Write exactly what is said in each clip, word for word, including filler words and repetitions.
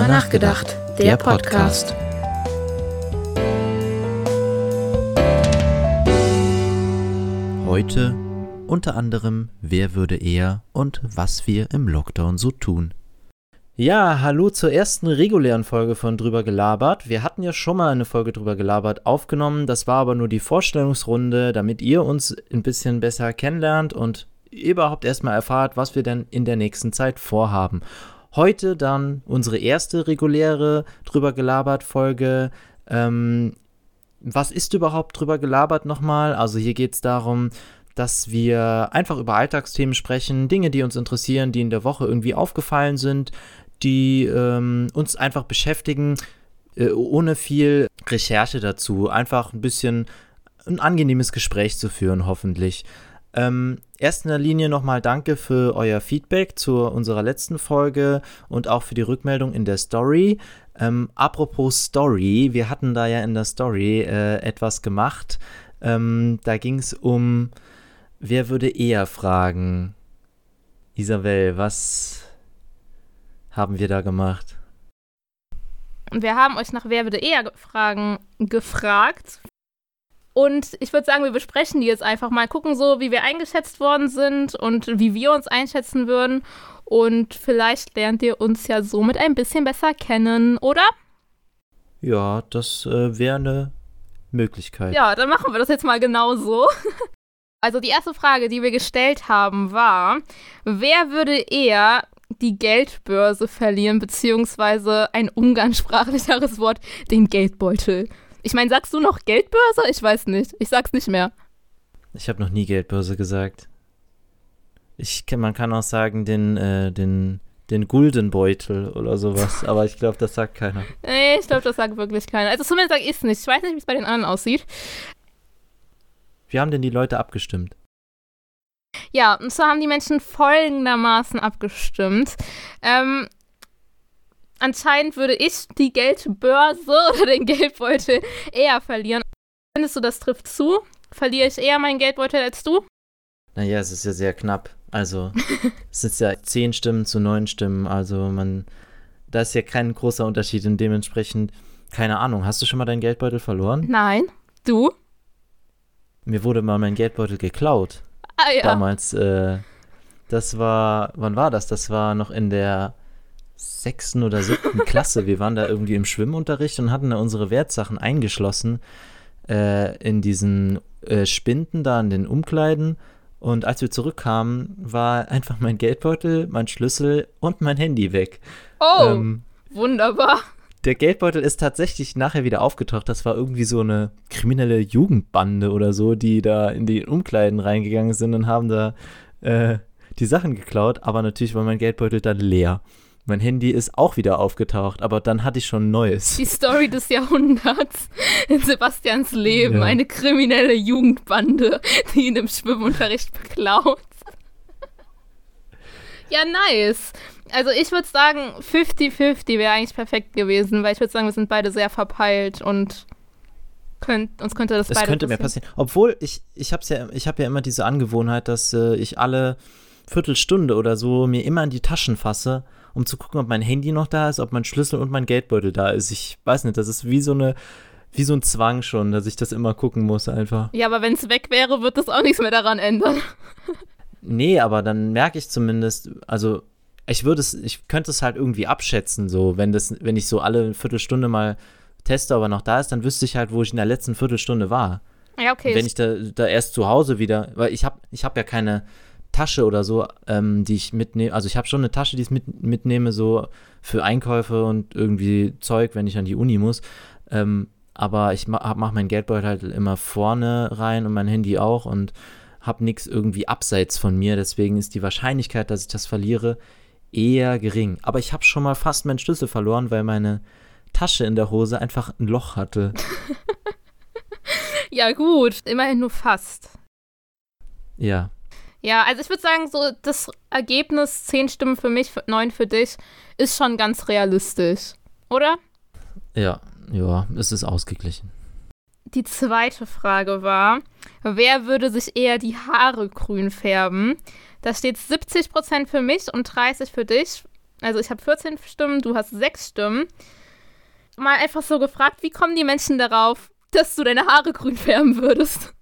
nachgedacht, der Podcast. Heute unter anderem, wer würde eher und was wir im Lockdown so tun. Ja, hallo zur ersten regulären Folge von Drüber gelabert. Wir hatten ja schon mal eine Folge Drüber gelabert aufgenommen, das war aber nur die Vorstellungsrunde, damit ihr uns ein bisschen besser kennenlernt und überhaupt erstmal erfahrt, was wir denn in der nächsten Zeit vorhaben. Heute dann unsere erste reguläre Drüber gelabert Folge. Ähm, was ist überhaupt Drüber gelabert nochmal? Also hier geht es darum, dass wir einfach über Alltagsthemen sprechen, Dinge, die uns interessieren, die in der Woche irgendwie aufgefallen sind, die ähm, uns einfach beschäftigen, äh, ohne viel Recherche dazu. Einfach ein bisschen ein angenehmes Gespräch zu führen, hoffentlich. Ähm, erst in der Linie nochmal danke für euer Feedback zu unserer letzten Folge und auch für die Rückmeldung in der Story. Ähm, apropos Story, wir hatten da ja in der Story äh, etwas gemacht. Ähm, da ging es um, wer würde eher fragen? Isabel, was haben wir da gemacht? Wir haben euch nach wer würde eher fragen gefragt. Und ich würde sagen, wir besprechen die jetzt einfach mal, gucken so, wie wir eingeschätzt worden sind und wie wir uns einschätzen würden. Und vielleicht lernt ihr uns ja somit ein bisschen besser kennen, oder? Ja, das äh, wäre eine Möglichkeit. Ja, dann machen wir das jetzt mal genau so. Also die erste Frage, die wir gestellt haben, war, wer würde eher die Geldbörse verlieren, beziehungsweise ein umgangssprachlicheres Wort, den Geldbeutel? Ich meine, sagst du noch Geldbörse? Ich weiß nicht. Ich sag's nicht mehr. Ich habe noch nie Geldbörse gesagt. Ich, man kann auch sagen, den, äh, den, den Guldenbeutel oder sowas. Aber ich glaube, das sagt keiner. Nee, ich glaube, das sagt wirklich keiner. Also zumindest sag ich es nicht. Ich weiß nicht, wie es bei den anderen aussieht. Wie haben denn die Leute abgestimmt? Ja, und zwar haben die Menschen folgendermaßen abgestimmt. Ähm... Anscheinend würde ich die Geldbörse oder den Geldbeutel eher verlieren. Findest du, das trifft zu? Verliere ich eher meinen Geldbeutel als du? Naja, es ist ja sehr knapp. Also, es ist ja zehn Stimmen zu neun Stimmen. Also, man, da ist ja kein großer Unterschied und dementsprechend, keine Ahnung. Hast du schon mal deinen Geldbeutel verloren? Nein. Du? Mir wurde mal mein Geldbeutel geklaut. Ah ja. Damals, äh, das war, wann war das? Das war noch in der sechsten oder siebten Klasse. Wir waren da irgendwie im Schwimmunterricht und hatten da unsere Wertsachen eingeschlossen äh, in diesen äh, Spinden da in den Umkleiden. Und als wir zurückkamen, war einfach mein Geldbeutel, mein Schlüssel und mein Handy weg. Oh, ähm, wunderbar. Der Geldbeutel ist tatsächlich nachher wieder aufgetaucht. Das war irgendwie so eine kriminelle Jugendbande oder so, die da in die Umkleiden reingegangen sind und haben da äh, die Sachen geklaut. Aber natürlich war mein Geldbeutel dann leer. Mein Handy ist auch wieder aufgetaucht, aber dann hatte ich schon ein neues. Die Story des Jahrhunderts in Sebastians Leben. Ja. Eine kriminelle Jugendbande, die ihn im Schwimmunterricht beklaut. Ja, nice. Also ich würde sagen, fünfzig fünfzig wäre eigentlich perfekt gewesen, weil ich würde sagen, wir sind beide sehr verpeilt und könnt, uns könnte das das beide könnte mir passieren. Obwohl, ich, ich habe ja, ich hab ja immer diese Angewohnheit, dass äh, ich alle Viertelstunde oder so mir immer in die Taschen fasse, um zu gucken, ob mein Handy noch da ist, ob mein Schlüssel und mein Geldbeutel da ist. Ich weiß nicht, das ist wie so eine, wie so ein Zwang schon, dass ich das immer gucken muss einfach. Ja, aber wenn es weg wäre, wird das auch nichts mehr daran ändern. Nee, aber dann merke ich zumindest, also ich würde es, ich könnte es halt irgendwie abschätzen, so, wenn das, wenn ich so alle Viertelstunde mal teste, ob er noch da ist, dann wüsste ich halt, wo ich in der letzten Viertelstunde war. Ja, okay. Wenn ich da, da erst zu Hause wieder, weil ich habe ich hab ja keine Tasche oder so, ähm, die ich mitnehme. Also ich habe schon eine Tasche, die ich mit, mitnehme, so für Einkäufe und irgendwie Zeug, wenn ich an die Uni muss. Ähm, aber ich ma- mache mein Geldbeutel halt immer vorne rein und mein Handy auch und habe nichts irgendwie abseits von mir. Deswegen ist die Wahrscheinlichkeit, dass ich das verliere, eher gering. Aber ich habe schon mal fast meinen Schlüssel verloren, weil meine Tasche in der Hose einfach ein Loch hatte. Ja gut, immerhin nur fast. Ja. Ja, also ich würde sagen, so das Ergebnis, zehn Stimmen für mich, neun für dich, ist schon ganz realistisch, oder? Ja, ja, es ist ausgeglichen. Die zweite Frage war, wer würde sich eher die Haare grün färben? Da steht siebzig Prozent für mich und dreißig für dich. Also ich habe vierzehn Stimmen, du hast sechs Stimmen. Mal einfach so gefragt, wie kommen die Menschen darauf, dass du deine Haare grün färben würdest?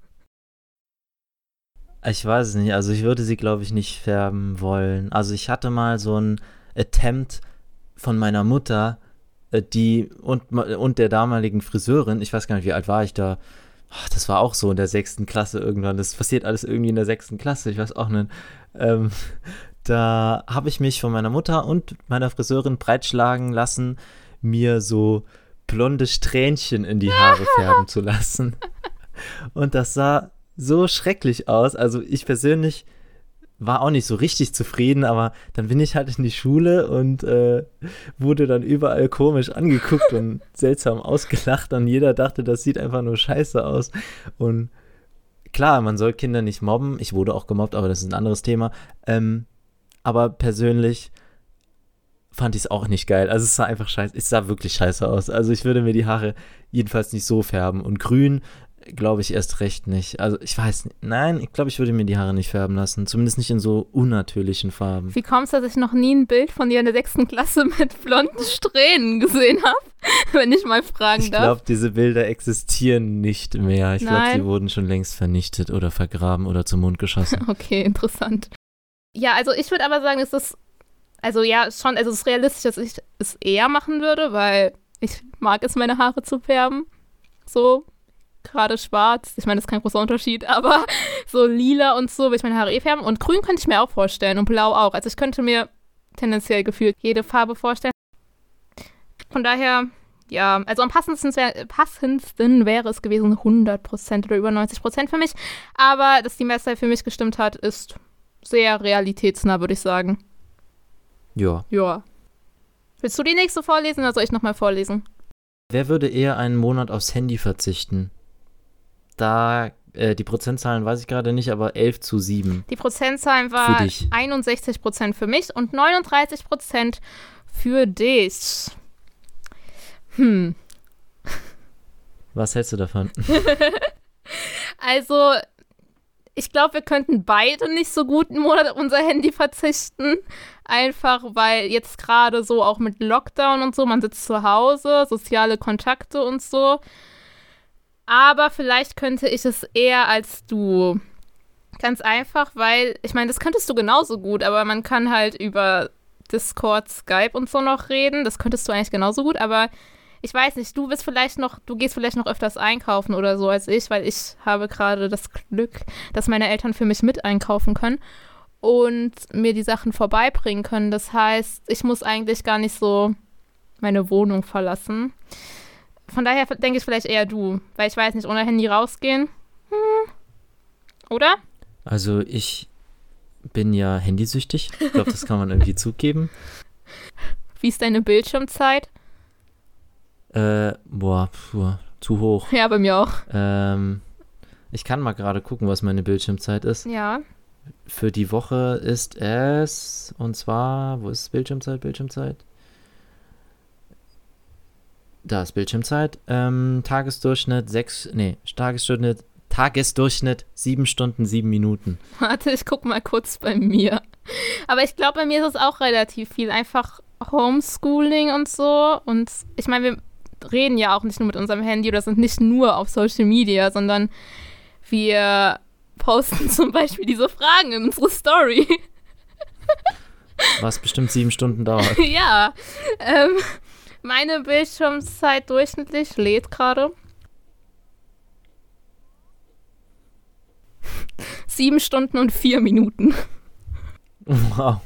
Ich weiß es nicht, also ich würde sie, glaube ich, nicht färben wollen. Also ich hatte mal so ein Attempt von meiner Mutter, äh, die und, und der damaligen Friseurin, ich weiß gar nicht, wie alt war ich da, ach, das war auch so in der sechsten Klasse irgendwann, das passiert alles irgendwie in der sechsten Klasse, ich weiß auch nicht. Ähm, da habe ich mich von meiner Mutter und meiner Friseurin breitschlagen lassen, mir so blonde Strähnchen in die Haare färben zu lassen. Und das sah so schrecklich aus. Also ich persönlich war auch nicht so richtig zufrieden, aber dann bin ich halt in die Schule und äh, wurde dann überall komisch angeguckt und seltsam ausgelacht und jeder dachte, das sieht einfach nur scheiße aus. Und klar, man soll Kinder nicht mobben. Ich wurde auch gemobbt, aber das ist ein anderes Thema. Ähm, aber persönlich fand ich es auch nicht geil. Also es sah einfach scheiße, es sah wirklich scheiße aus. Also ich würde mir die Haare jedenfalls nicht so färben. Und grün glaube ich erst recht nicht. Also ich weiß nicht. Nein, ich glaube, ich würde mir die Haare nicht färben lassen. Zumindest nicht in so unnatürlichen Farben. Wie kommst du, dass ich noch nie ein Bild von dir in der sechsten Klasse mit blonden Strähnen gesehen habe? Wenn ich mal fragen ich darf. Ich glaube, diese Bilder existieren nicht mehr. Ich glaube, Nein. sie wurden schon längst vernichtet oder vergraben oder zum Mond geschossen. Okay, interessant. Ja, also ich würde aber sagen, es ist, also ja, schon, also es ist realistisch, dass ich es eher machen würde, weil ich mag es, meine Haare zu färben. So. Gerade schwarz, ich meine, das ist kein großer Unterschied, aber so lila und so will ich meine Haare eh färben. Und grün könnte ich mir auch vorstellen und blau auch. Also ich könnte mir tendenziell gefühlt jede Farbe vorstellen. Von daher, ja, also am passendsten, wär, passendsten wäre es gewesen hundert Prozent oder über neunzig Prozent für mich. Aber dass die Mehrzahl für mich gestimmt hat, ist sehr realitätsnah, würde ich sagen. Ja. Ja. Willst du die nächste vorlesen oder soll ich nochmal vorlesen? Wer würde eher einen Monat aufs Handy verzichten? Da, äh, die Prozentzahlen weiß ich gerade nicht, aber elf zu sieben. Die Prozentzahlen waren einundsechzig Prozent für mich und neununddreißig Prozent für dich. Hm. Was hältst du davon? Also, ich glaube, wir könnten beide nicht so gut einen Monat auf unser Handy verzichten. Einfach, weil jetzt gerade so auch mit Lockdown und so, man sitzt zu Hause, soziale Kontakte und so. Aber vielleicht könnte ich es eher als du. Ganz einfach, weil, ich meine, das könntest du genauso gut, aber man kann halt über Discord, Skype und so noch reden. Das könntest du eigentlich genauso gut, aber ich weiß nicht, du bist vielleicht noch, du gehst vielleicht noch öfters einkaufen oder so als ich, weil ich habe gerade das Glück, dass meine Eltern für mich mit einkaufen können und mir die Sachen vorbeibringen können. Das heißt, ich muss eigentlich gar nicht so meine Wohnung verlassen. Von daher denke ich vielleicht eher du, weil ich weiß nicht, ohne Handy rausgehen, hm. Oder? Also ich bin ja handysüchtig. Ich glaube, das kann man irgendwie zugeben. Wie ist deine Bildschirmzeit? Äh, boah, puh, zu hoch. Ja, bei mir auch. Ähm, ich kann mal gerade gucken, was meine Bildschirmzeit ist. Ja. Für die Woche ist es, und zwar, wo ist Bildschirmzeit, Bildschirmzeit? Da ist Bildschirmzeit. Ähm, Tagesdurchschnitt sechs, nee, Tagesdurchschnitt, Tagesdurchschnitt sieben Stunden, sieben Minuten. Warte, ich guck mal kurz bei mir. Aber ich glaube, bei mir ist es auch relativ viel. Einfach Homeschooling und so. Und ich meine, wir reden ja auch nicht nur mit unserem Handy oder sind nicht nur auf Social Media, sondern wir posten zum Beispiel diese Fragen in unsere Story. Was bestimmt sieben Stunden dauert. Ja, ähm, meine Bildschirmzeit durchschnittlich lädt gerade. Sieben Stunden und vier Minuten. Wow.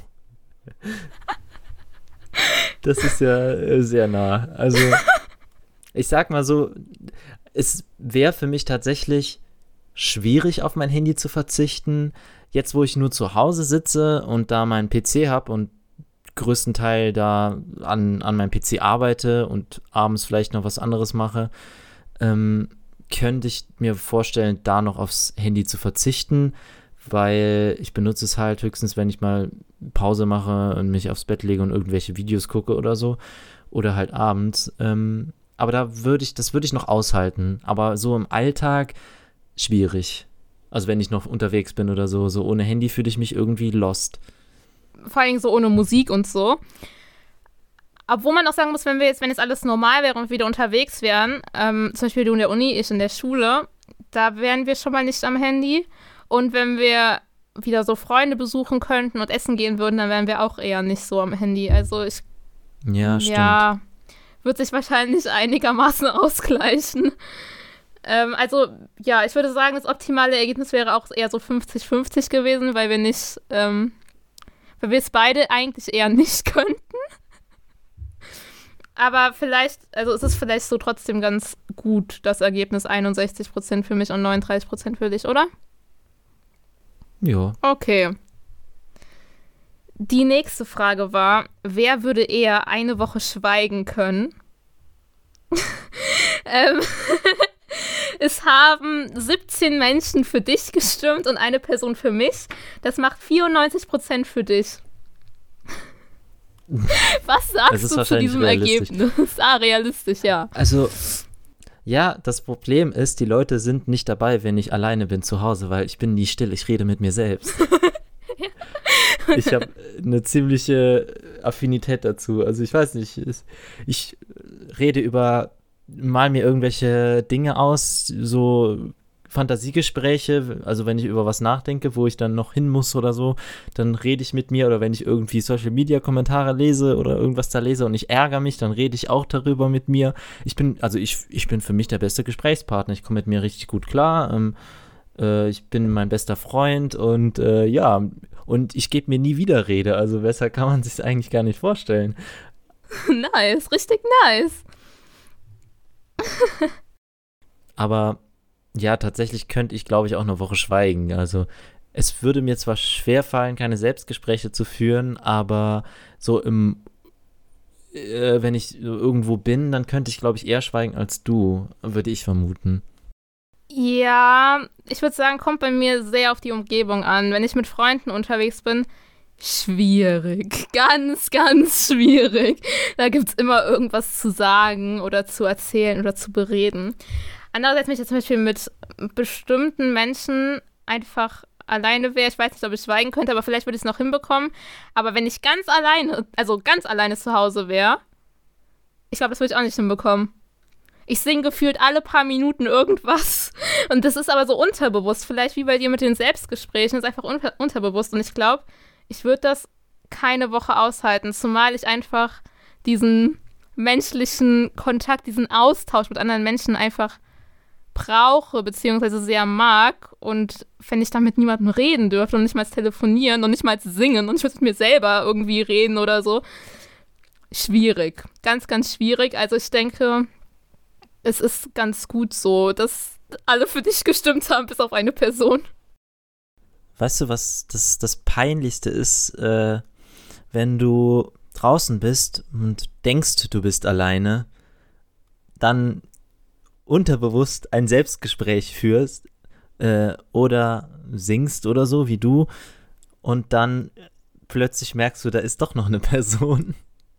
Das ist ja äh, sehr nah. Also, ich sag mal so, es wäre für mich tatsächlich schwierig, auf mein Handy zu verzichten. Jetzt, wo ich nur zu Hause sitze und da meinen P C habe und größten Teil da an, an meinem P C arbeite und abends vielleicht noch was anderes mache, ähm, könnte ich mir vorstellen, da noch aufs Handy zu verzichten, weil ich benutze es halt höchstens, wenn ich mal Pause mache und mich aufs Bett lege und irgendwelche Videos gucke oder so, oder halt abends. Ähm, aber da würde ich, das würde ich noch aushalten. Aber so im Alltag schwierig. Also wenn ich noch unterwegs bin oder so, so ohne Handy fühle ich mich irgendwie lost. Vor allem so ohne Musik und so. Obwohl man auch sagen muss, wenn wir jetzt, wenn jetzt alles normal wäre und wieder unterwegs wären, ähm, zum Beispiel du in der Uni, ich in der Schule, da wären wir schon mal nicht am Handy. Und wenn wir wieder so Freunde besuchen könnten und essen gehen würden, dann wären wir auch eher nicht so am Handy. Also ich, Ja, stimmt. ja, wird sich wahrscheinlich einigermaßen ausgleichen. Ähm, also, ja, ich würde sagen, das optimale Ergebnis wäre auch eher so fünfzig fünfzig gewesen, weil wir nicht, ähm, weil wir es beide eigentlich eher nicht könnten. Aber vielleicht, also es ist vielleicht so trotzdem ganz gut, das Ergebnis einundsechzig Prozent für mich und neununddreißig Prozent für dich, oder? Ja. Okay. Die nächste Frage war, wer würde eher eine Woche schweigen können? ähm, es haben siebzehn Menschen für dich gestimmt und eine Person für mich. Das macht vierundneunzig Prozent für dich. Was sagst du zu diesem Ergebnis? Ah, realistisch, ja. Also, ja, das Problem ist, die Leute sind nicht dabei, wenn ich alleine bin zu Hause, weil ich bin nie still, ich rede mit mir selbst. Ich habe eine ziemliche Affinität dazu. Also ich weiß nicht, ich rede über, mal mir irgendwelche Dinge aus, so Fantasiegespräche, also wenn ich über was nachdenke, wo ich dann noch hin muss oder so, dann rede ich mit mir, oder wenn ich irgendwie Social-Media-Kommentare lese oder irgendwas da lese und ich ärgere mich, dann rede ich auch darüber mit mir. Ich bin, also ich, ich bin für mich der beste Gesprächspartner, ich komme mit mir richtig gut klar, ähm, äh, ich bin mein bester Freund und äh, ja, und ich gebe mir nie Widerrede, also besser kann man sich eigentlich gar nicht vorstellen. Nice, richtig nice. Aber ja, tatsächlich könnte ich, glaube ich, auch eine Woche schweigen. Also es würde mir zwar schwerfallen, keine Selbstgespräche zu führen, aber so im, äh, wenn ich irgendwo bin, dann könnte ich, glaube ich, eher schweigen als du, würde ich vermuten. Ja, ich würde sagen, kommt bei mir sehr auf die Umgebung an. Wenn ich mit Freunden unterwegs bin, schwierig. Ganz, ganz schwierig. Da gibt es immer irgendwas zu sagen oder zu erzählen oder zu bereden. Andererseits, wenn ich jetzt zum Beispiel mit bestimmten Menschen einfach alleine wäre, ich weiß nicht, ob ich schweigen könnte, aber vielleicht würde ich es noch hinbekommen. Aber wenn ich ganz alleine, also ganz alleine zu Hause wäre, ich glaube, das würde ich auch nicht hinbekommen. Ich singe gefühlt alle paar Minuten irgendwas. Und das ist aber so unterbewusst. Vielleicht wie bei dir mit den Selbstgesprächen, das ist einfach unter- unterbewusst. Und ich glaube, ich würde das keine Woche aushalten, zumal ich einfach diesen menschlichen Kontakt, diesen Austausch mit anderen Menschen einfach brauche, beziehungsweise sehr mag. Und wenn ich dann mit niemandem reden dürfte und nicht mal telefonieren und nicht mal singen und ich würde mit mir selber irgendwie reden oder so, schwierig. Ganz, ganz schwierig. Also ich denke, es ist ganz gut so, dass alle für dich gestimmt haben, bis auf eine Person. Weißt du, was das, das Peinlichste ist, äh, wenn du draußen bist und denkst, du bist alleine, dann unterbewusst ein Selbstgespräch führst äh, oder singst oder so, wie du, und dann plötzlich merkst du, da ist doch noch eine Person.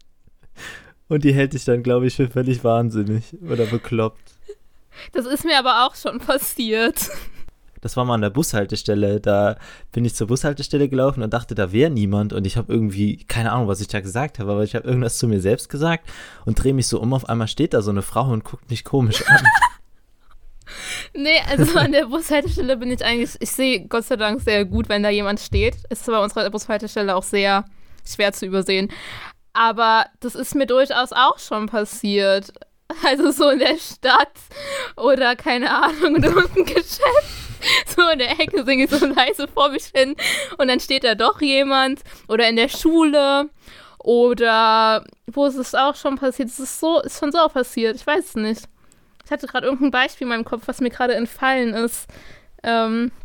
Und die hält dich dann, glaube ich, für völlig wahnsinnig oder bekloppt. Das ist mir aber auch schon passiert. Das war mal an der Bushaltestelle, da bin ich zur Bushaltestelle gelaufen und dachte, da wäre niemand und ich habe irgendwie, keine Ahnung, was ich da gesagt habe, aber ich habe irgendwas zu mir selbst gesagt und drehe mich so um, auf einmal steht da so eine Frau und guckt mich komisch an. Nee, also an der Bushaltestelle bin ich eigentlich, ich sehe Gott sei Dank sehr gut, wenn da jemand steht. Ist bei unserer Bushaltestelle auch sehr schwer zu übersehen. Aber das ist mir durchaus auch schon passiert. Also so in der Stadt oder keine Ahnung, in irgendeinem Geschäft. So in der Ecke singe ich so leise vor mich hin und dann steht da doch jemand. Oder in der Schule oder wo ist es auch schon passiert. Es ist so, ist schon so auch passiert, ich weiß es nicht. Ich hatte gerade irgendein Beispiel in meinem Kopf, was mir gerade entfallen ist. Ähm,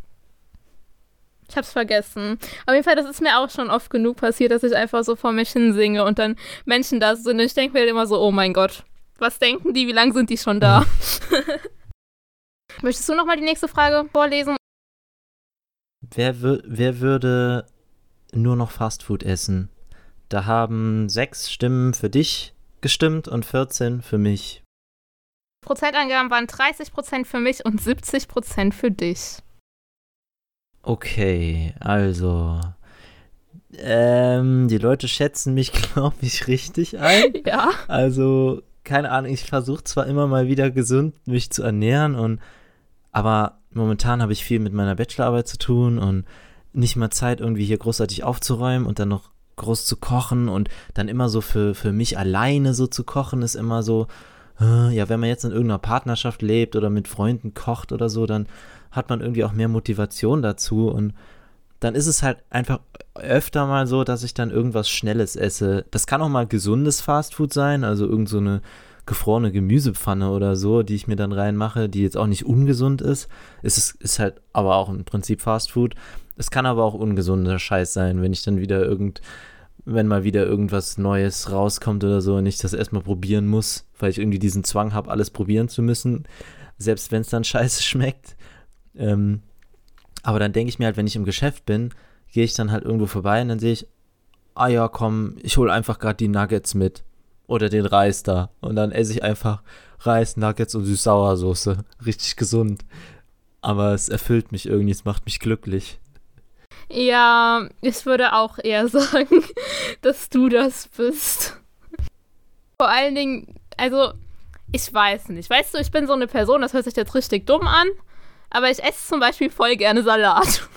ich hab's vergessen. Auf jeden Fall, das ist mir auch schon oft genug passiert, dass ich einfach so vor mich hin singe und dann Menschen da sind und ich denke mir immer so, oh mein Gott, was denken die, wie lange sind die schon da? Möchtest du nochmal die nächste Frage vorlesen? Wer, wür- wer würde nur noch Fastfood essen? Da haben sechs Stimmen für dich gestimmt und vierzehn für mich. Prozentangaben waren dreißig Prozent für mich und siebzig Prozent für dich. Okay, also Ähm, die Leute schätzen mich, glaube ich, richtig ein. Ja. Also, keine Ahnung, ich versuche zwar immer mal wieder gesund mich zu ernähren, und aber momentan habe ich viel mit meiner Bachelorarbeit zu tun und nicht mal Zeit, irgendwie hier großartig aufzuräumen und dann noch groß zu kochen, und dann immer so für, für mich alleine so zu kochen, ist immer so, äh, ja, wenn man jetzt in irgendeiner Partnerschaft lebt oder mit Freunden kocht oder so, dann hat man irgendwie auch mehr Motivation dazu, und dann ist es halt einfach öfter mal so, dass ich dann irgendwas Schnelles esse. Das kann auch mal gesundes Fastfood sein, also irgend so eine gefrorene Gemüsepfanne oder so, die ich mir dann reinmache, die jetzt auch nicht ungesund ist. Es ist, ist halt aber auch im Prinzip Fastfood. Es kann aber auch ungesunder Scheiß sein, wenn ich dann wieder irgend, wenn mal wieder irgendwas Neues rauskommt oder so und ich das erstmal probieren muss, weil ich irgendwie diesen Zwang habe, alles probieren zu müssen, selbst wenn es dann scheiße schmeckt. Ähm, aber dann denke ich mir halt, wenn ich im Geschäft bin, gehe ich dann halt irgendwo vorbei und dann sehe ich, ah ja, komm, ich hole einfach gerade die Nuggets mit. Oder den Reis da. Und dann esse ich einfach Reis, Nuggets und Süß-Sauersoße. Richtig gesund. Aber es erfüllt mich irgendwie, es macht mich glücklich. Ja, ich würde auch eher sagen, dass du das bist. Vor allen Dingen, also, ich weiß nicht. Weißt du, ich bin so eine Person, das hört sich jetzt richtig dumm an, aber ich esse zum Beispiel voll gerne Salat.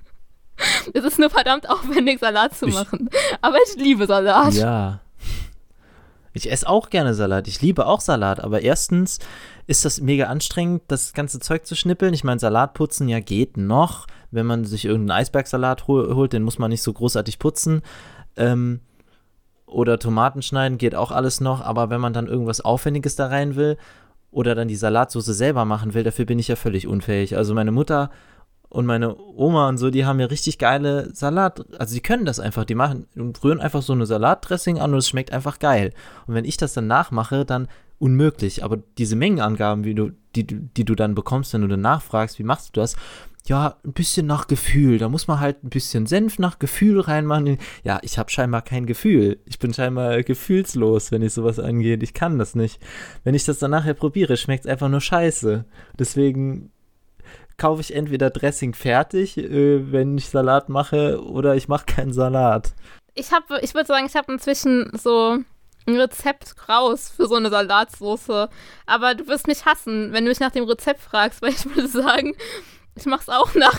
Es ist nur verdammt aufwendig, Salat zu machen. Ich, aber ich liebe Salat. Ja. Ich esse auch gerne Salat. Ich liebe auch Salat. Aber erstens ist das mega anstrengend, das ganze Zeug zu schnippeln. Ich meine, Salat putzen, ja, geht noch. Wenn man sich irgendeinen Eisbergsalat hol- holt, den muss man nicht so großartig putzen. Ähm, oder Tomaten schneiden, geht auch alles noch. Aber wenn man dann irgendwas Aufwendiges da rein will oder dann die Salatsauce selber machen will, dafür bin ich ja völlig unfähig. Also meine Mutter und meine Oma und so, die haben ja richtig geile Salat, also die können das einfach, die machen, rühren einfach so eine Salatdressing an und es schmeckt einfach geil. Und wenn ich das dann nachmache, dann unmöglich. Aber diese Mengenangaben, wie du, die, die du dann bekommst, wenn du dann nachfragst, wie machst du das? Ja, ein bisschen nach Gefühl. Da muss man halt ein bisschen Senf nach Gefühl reinmachen. Ja, ich habe scheinbar kein Gefühl. Ich bin scheinbar gefühlslos, wenn ich sowas angeht. Ich kann das nicht. Wenn ich das dann nachher probiere, schmeckt es einfach nur scheiße. Deswegen kaufe ich entweder Dressing fertig, äh, wenn ich Salat mache, oder ich mache keinen Salat. Ich habe, ich würde sagen, ich habe inzwischen so ein Rezept raus für so eine Salatsoße. Aber du wirst mich hassen, wenn du mich nach dem Rezept fragst, weil ich würde sagen, ich mache es auch nach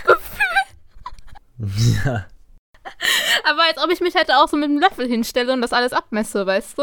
Gefühl. Ja. Aber als ob ich mich halt auch so mit einem Löffel hinstelle und das alles abmesse, weißt du?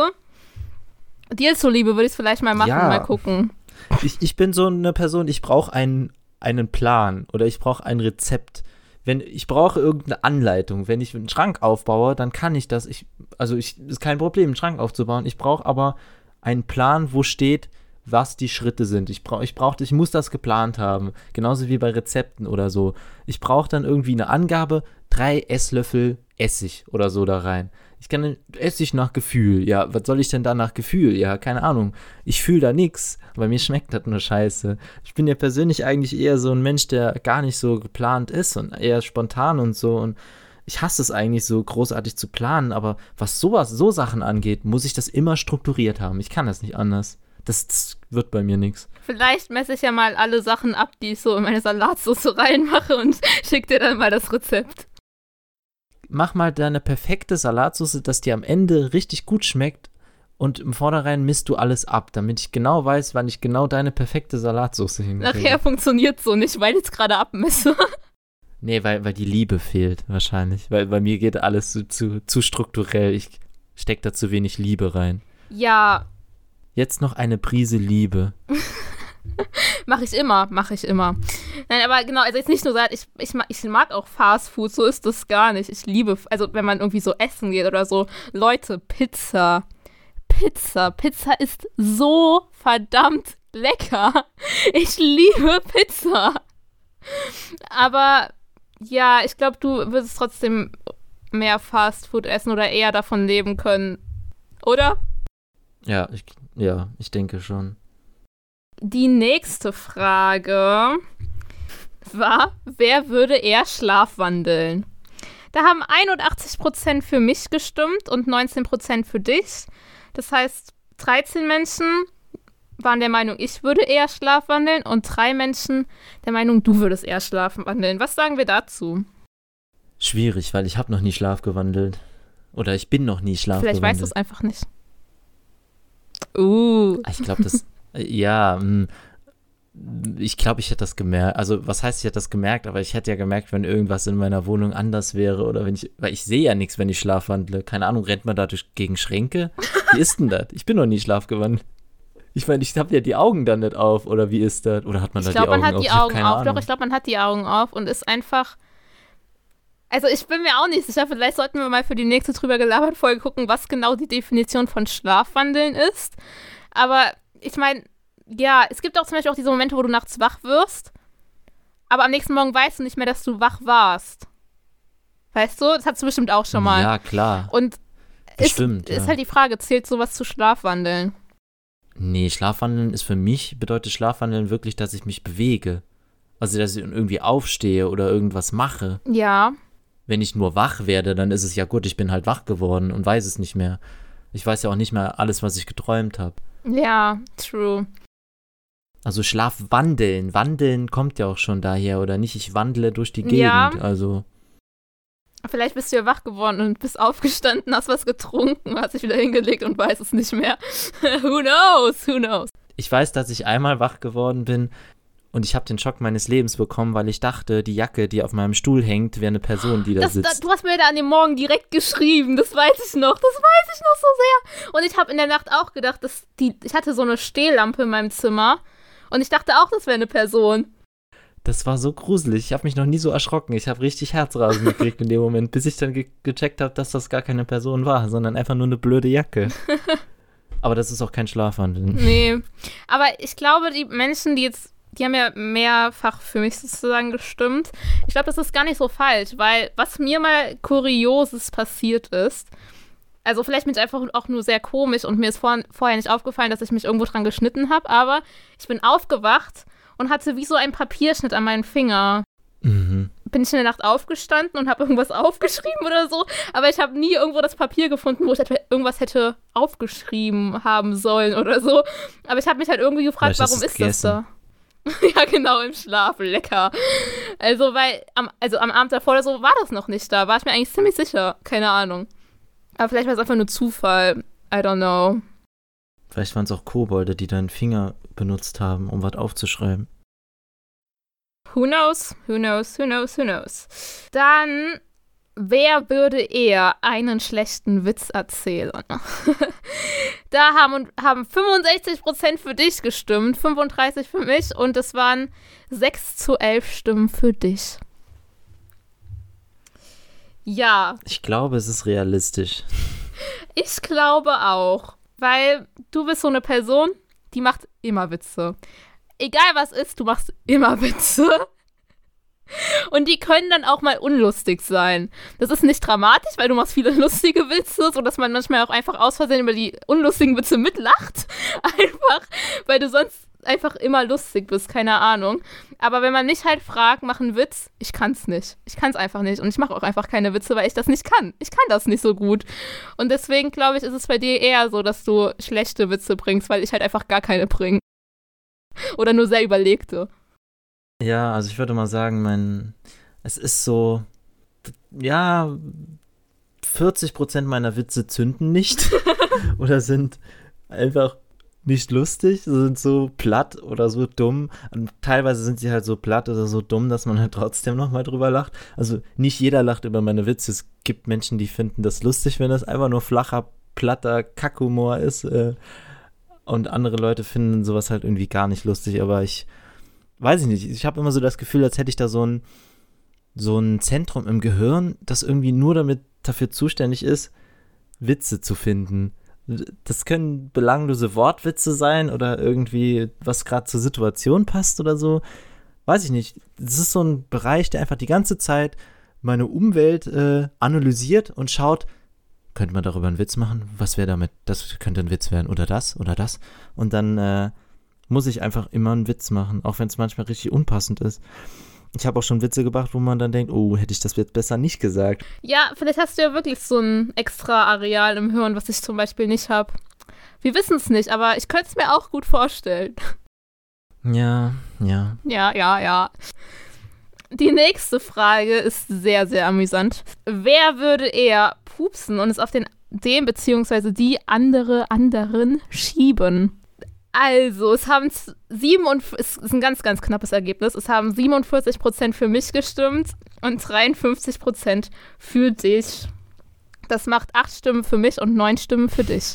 Dir zuliebe würde ich es vielleicht mal machen, Ja. mal gucken. Ich, ich bin so eine Person, ich brauche einen, einen Plan oder ich brauche ein Rezept. Wenn ich brauche irgendeine Anleitung. Wenn ich einen Schrank aufbaue, dann kann ich das. Ich, also ich ist kein Problem, einen Schrank aufzubauen. Ich brauche aber einen Plan, wo steht, was die Schritte sind. Ich brauche, ich brauche, ich muss das geplant haben. Genauso wie bei Rezepten oder so. Ich brauche dann irgendwie eine Angabe, drei Esslöffel Essig oder so da rein. Ich kann Essig nach Gefühl. Ja, was soll ich denn da nach Gefühl? Ja, keine Ahnung. Ich fühle da nichts, weil mir schmeckt das nur scheiße. Ich bin ja persönlich eigentlich eher so ein Mensch, der gar nicht so geplant ist und eher spontan und so, und ich hasse es eigentlich so großartig zu planen, aber was sowas, so Sachen angeht, muss ich das immer strukturiert haben. Ich kann das nicht anders. Das, das wird bei mir nichts. Vielleicht messe ich ja mal alle Sachen ab, die ich so in meine Salatsauce reinmache und schick dir dann mal das Rezept. Mach mal deine perfekte Salatsauce, dass die am Ende richtig gut schmeckt, und im Vornherein misst du alles ab, damit ich genau weiß, wann ich genau deine perfekte Salatsauce hinkriege. Nachher funktioniert so nicht, weil ich es gerade abmesse. Nee, weil, weil die Liebe fehlt wahrscheinlich. Weil bei mir geht alles zu, zu, zu strukturell. Ich steck da zu wenig Liebe rein. Ja, Jetzt noch eine Prise Liebe. mache ich immer, mache ich immer. Nein, aber genau, also jetzt nicht nur Salat, ich, ich, mag, ich mag auch Fast Food, so ist das gar nicht. Ich liebe, also wenn man irgendwie so essen geht oder so, Leute, Pizza, Pizza, Pizza ist so verdammt lecker. Ich liebe Pizza. Aber ja, ich glaube, du würdest trotzdem mehr Fast Food essen oder eher davon leben können, oder? Ja, ich, ja, ich denke schon. Die nächste Frage war, wer würde eher schlafwandeln? Da haben einundachtzig Prozent für mich gestimmt und neunzehn Prozent für dich. Das heißt, dreizehn Menschen waren der Meinung, ich würde eher schlafwandeln, und drei Menschen der Meinung, du würdest eher schlafwandeln. Was sagen wir dazu? Schwierig, weil ich habe noch nie schlafgewandelt. Oder ich bin noch nie schlafgewandelt. Vielleicht weißt du es einfach nicht. Uh. Ich glaube, das, ja, ich glaube, ich hätte das gemerkt. Also, was heißt, ich hätte das gemerkt? Aber ich hätte ja gemerkt, wenn irgendwas in meiner Wohnung anders wäre oder wenn ich, weil ich sehe ja nichts, wenn ich schlafwandle. Keine Ahnung, rennt man dadurch gegen Schränke? Wie ist denn das? Ich bin noch nie schlafgewandelt. Ich meine, ich habe ja die Augen dann nicht auf, oder wie ist das? Oder hat man ich da glaub, die Augen auf? Ich glaube, man hat die Augen auf. Doch, ich glaube, man hat die Augen auf und ist einfach. Also, ich bin mir auch nicht sicher. Vielleicht sollten wir mal für die nächste drüber gelabert Folge gucken, was genau die Definition von Schlafwandeln ist. Aber ich meine, ja, es gibt auch zum Beispiel auch diese Momente, wo du nachts wach wirst, aber am nächsten Morgen weißt du nicht mehr, dass du wach warst. Weißt du? Das hattest du bestimmt auch schon mal. Ja, klar. Und ist, Bestimmt, ist ja. halt die Frage, zählt sowas zu Schlafwandeln? Nee, Schlafwandeln ist für mich, bedeutet Schlafwandeln wirklich, dass ich mich bewege. Also, dass ich irgendwie aufstehe oder irgendwas mache. Ja. Wenn ich nur wach werde, dann ist es ja gut, ich bin halt wach geworden und weiß es nicht mehr. Ich weiß ja auch nicht mehr alles, was ich geträumt habe. Ja, true. Also Schlafwandeln, wandeln kommt ja auch schon daher, oder nicht? Ich wandle durch die Gegend, ja. also. Vielleicht bist du ja wach geworden und bist aufgestanden, hast was getrunken, hast dich wieder hingelegt und weiß es nicht mehr. Who knows, who knows. Ich weiß, dass ich einmal wach geworden bin und ich habe den Schock meines Lebens bekommen, weil ich dachte, die Jacke, die auf meinem Stuhl hängt, wäre eine Person, die da das, sitzt. Das, du hast mir da an dem Morgen direkt geschrieben, das weiß ich noch, das weiß ich noch so sehr. Und ich habe in der Nacht auch gedacht, dass die, ich hatte so eine Stehlampe in meinem Zimmer und ich dachte auch, das wäre eine Person. Das war so gruselig. Ich habe mich noch nie so erschrocken. Ich habe richtig Herzrasen gekriegt in dem Moment, bis ich dann ge- gecheckt habe, dass das gar keine Person war, sondern einfach nur eine blöde Jacke. Aber das ist auch kein Schlafwandeln. Nee. Aber ich glaube, die Menschen, die jetzt, die haben ja mehrfach für mich sozusagen gestimmt. Ich glaube, das ist gar nicht so falsch, weil was mir mal Kurioses passiert ist, also vielleicht bin ich einfach auch nur sehr komisch und mir ist vor, vorher nicht aufgefallen, dass ich mich irgendwo dran geschnitten habe, aber ich bin aufgewacht und hatte wie so einen Papierschnitt an meinen Finger. Mhm. Bin ich in der Nacht aufgestanden und habe irgendwas aufgeschrieben oder so, aber ich habe nie irgendwo das Papier gefunden, wo ich etwa irgendwas hätte aufgeschrieben haben sollen oder so. Aber ich habe mich halt irgendwie gefragt, Vielleicht warum hast ist du's das da? Ja, genau, im Schlaf, lecker. Also, weil am, also am Abend davor oder so war das noch nicht da, war ich mir eigentlich ziemlich sicher, keine Ahnung. Aber vielleicht war es einfach nur Zufall, I don't know. Vielleicht waren es auch Kobolde, die deinen Finger benutzt haben, um was aufzuschreiben. Who knows, who knows, who knows, who knows. Dann, wer würde eher einen schlechten Witz erzählen? Da haben, haben fünfundsechzig Prozent für dich gestimmt, fünfunddreißig für mich und es waren sechs zu elf Stimmen für dich. Ja. Ich glaube, es ist realistisch. Ich glaube auch, weil du bist so eine Person, die macht immer Witze. Egal was ist, du machst immer Witze. Und die können dann auch mal unlustig sein. Das ist nicht dramatisch, weil du machst viele lustige Witze, sodass man manchmal auch einfach aus Versehen über die unlustigen Witze mitlacht. Einfach, weil du sonst einfach immer lustig bist, keine Ahnung. Aber wenn man mich halt fragt, mach einen Witz, ich kann's nicht. Ich kann's einfach nicht. Und ich mache auch einfach keine Witze, weil ich das nicht kann. Ich kann das nicht so gut. Und deswegen, glaube ich, ist es bei dir eher so, dass du schlechte Witze bringst, weil ich halt einfach gar keine bringe. Oder nur sehr überlegte. Ja, also ich würde mal sagen, mein, es ist so, ja, vierzig Prozent meiner Witze zünden nicht oder sind einfach nicht lustig, sind so platt oder so dumm. Und teilweise sind sie halt so platt oder so dumm, dass man halt trotzdem nochmal drüber lacht. Also nicht jeder lacht über meine Witze. Es gibt Menschen, die finden das lustig, wenn das einfach nur flacher, platter Kackhumor ist. Äh, und andere Leute finden sowas halt irgendwie gar nicht lustig. Aber ich weiß ich nicht. Ich habe immer so das Gefühl, als hätte ich da so ein, so ein Zentrum im Gehirn, das irgendwie nur damit dafür zuständig ist, Witze zu finden. Das können belanglose Wortwitze sein oder irgendwie, was gerade zur Situation passt oder so. Weiß ich nicht. Das ist so ein Bereich, der einfach die ganze Zeit meine Umwelt äh, analysiert und schaut, könnte man darüber einen Witz machen? Was wäre damit? Das könnte ein Witz werden. Oder das, oder das. Und dann äh, muss ich einfach immer einen Witz machen, auch wenn es manchmal richtig unpassend ist. Ich habe auch schon Witze gebracht, wo man dann denkt, oh, hätte ich das jetzt besser nicht gesagt. Ja, vielleicht hast du ja wirklich so ein extra Areal im Hirn, was ich zum Beispiel nicht habe. Wir wissen es nicht, aber ich könnte es mir auch gut vorstellen. Ja, ja. Ja, ja, ja. Die nächste Frage ist sehr, sehr amüsant. Wer würde eher pupsen und es auf den, den bzw. die andere anderen schieben? Also, es haben sieben und, es ist ein ganz, ganz knappes Ergebnis. Es haben siebenundvierzig Prozent für mich gestimmt und dreiundfünfzig Prozent für dich. Das macht acht Stimmen für mich und neun Stimmen für dich.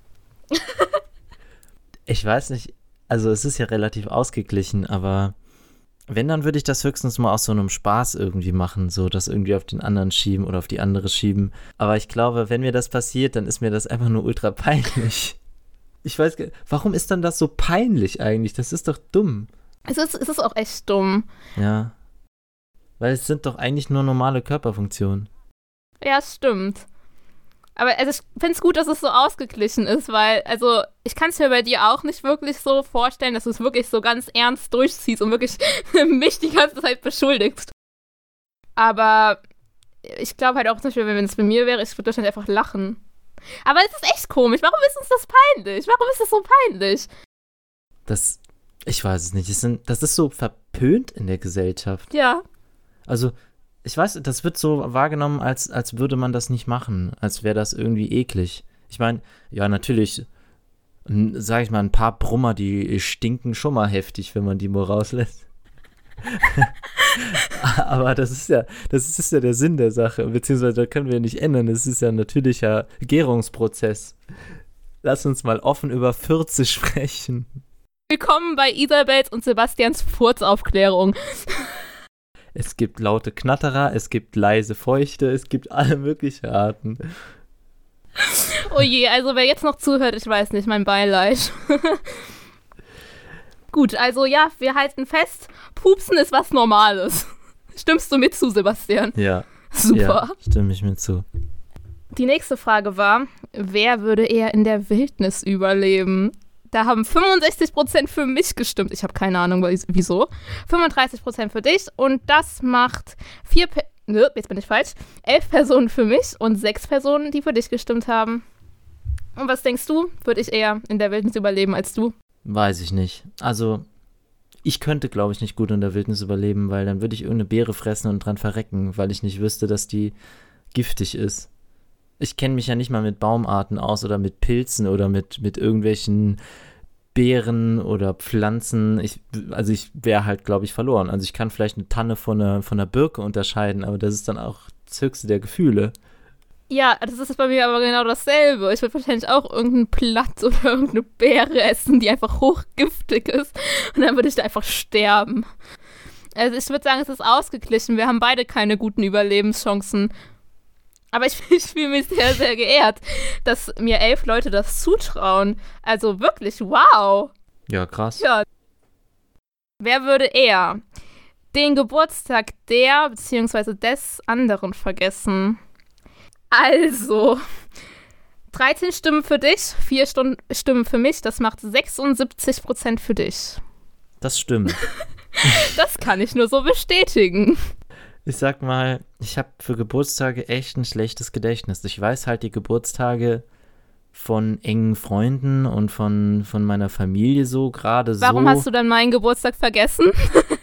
Ich weiß nicht, also es ist ja relativ ausgeglichen, aber wenn, dann würde ich das höchstens mal aus so einem Spaß irgendwie machen, so das irgendwie auf den anderen schieben oder auf die andere schieben. Aber ich glaube, wenn mir das passiert, dann ist mir das einfach nur ultra peinlich. Ich weiß gar nicht, warum ist dann das so peinlich eigentlich? Das ist doch dumm. Es ist, es ist auch echt dumm. Ja. Weil es sind doch eigentlich nur normale Körperfunktionen. Ja, es stimmt. Aber also ich finde es gut, dass es so ausgeglichen ist, weil, also, ich kann es mir bei dir auch nicht wirklich so vorstellen, dass du es wirklich so ganz ernst durchziehst und wirklich mich die ganze Zeit beschuldigst. Aber ich glaube halt auch zum Beispiel, wenn es bei mir wäre, ich würde wahrscheinlich einfach lachen. Aber es ist echt komisch. Warum ist uns das peinlich? Warum ist das so peinlich? Das, ich weiß es nicht. Das, sind, das ist so verpönt in der Gesellschaft. Ja. Also, ich weiß, das wird so wahrgenommen, als, als würde man das nicht machen. Als wäre das irgendwie eklig. Ich meine, ja, natürlich, sag ich mal, ein paar Brummer, die stinken schon mal heftig, wenn man die mal rauslässt. Aber das ist ja, das ist ja der Sinn der Sache, beziehungsweise da können wir nicht ändern. Das ist ja ein natürlicher Gärungsprozess. Lass uns mal offen über Fürze sprechen. Willkommen bei Isabels und Sebastians Furzaufklärung. Es gibt laute Knatterer, es gibt leise Feuchte, es gibt alle möglichen Arten. Oh je, also wer jetzt noch zuhört, ich weiß nicht, mein Beileid. Gut, also ja, wir halten fest, Pupsen ist was Normales. Stimmst du mit zu, Sebastian? Ja. Super. Ja, stimme ich mir zu. Die nächste Frage war, wer würde eher in der Wildnis überleben? Da haben fünfundsechzig Prozent für mich gestimmt. Ich habe keine Ahnung, wieso. fünfunddreißig Prozent für dich und das macht vier, Pe- Nö, jetzt bin ich falsch, elf Personen für mich und sechs Personen, die für dich gestimmt haben. Und was denkst du? Würde ich eher in der Wildnis überleben als du? Weiß ich nicht. Also, ich könnte, glaube ich, nicht gut in der Wildnis überleben, weil dann würde ich irgendeine Beere fressen und dran verrecken, weil ich nicht wüsste, dass die giftig ist. Ich kenne mich ja nicht mal mit Baumarten aus oder mit Pilzen oder mit, mit irgendwelchen Beeren oder Pflanzen. Ich, also ich wäre halt, glaube ich, verloren. Also ich kann vielleicht eine Tanne von einer, von einer Birke unterscheiden, aber das ist dann auch das höchste der Gefühle. Ja, das ist bei mir aber genau dasselbe. Ich würde wahrscheinlich auch irgendein Blatt oder irgendeine Beere essen, die einfach hochgiftig ist. Und dann würde ich da einfach sterben. Also ich würde sagen, es ist ausgeglichen. Wir haben beide keine guten Überlebenschancen. Aber ich, ich fühle mich sehr, sehr geehrt, dass mir elf Leute das zutrauen. Also wirklich, wow. Ja, krass. Ja. Wer würde eher den Geburtstag der bzw. des anderen vergessen? Also, dreizehn Stimmen für dich, vier Stunden, Stimmen für mich. Das macht sechsundsiebzig Prozent für dich. Das stimmt. Das kann ich nur so bestätigen. Ich sag mal, ich habe für Geburtstage echt ein schlechtes Gedächtnis. Ich weiß halt die Geburtstage von engen Freunden und von, von meiner Familie so gerade so. Warum hast du dann meinen Geburtstag vergessen?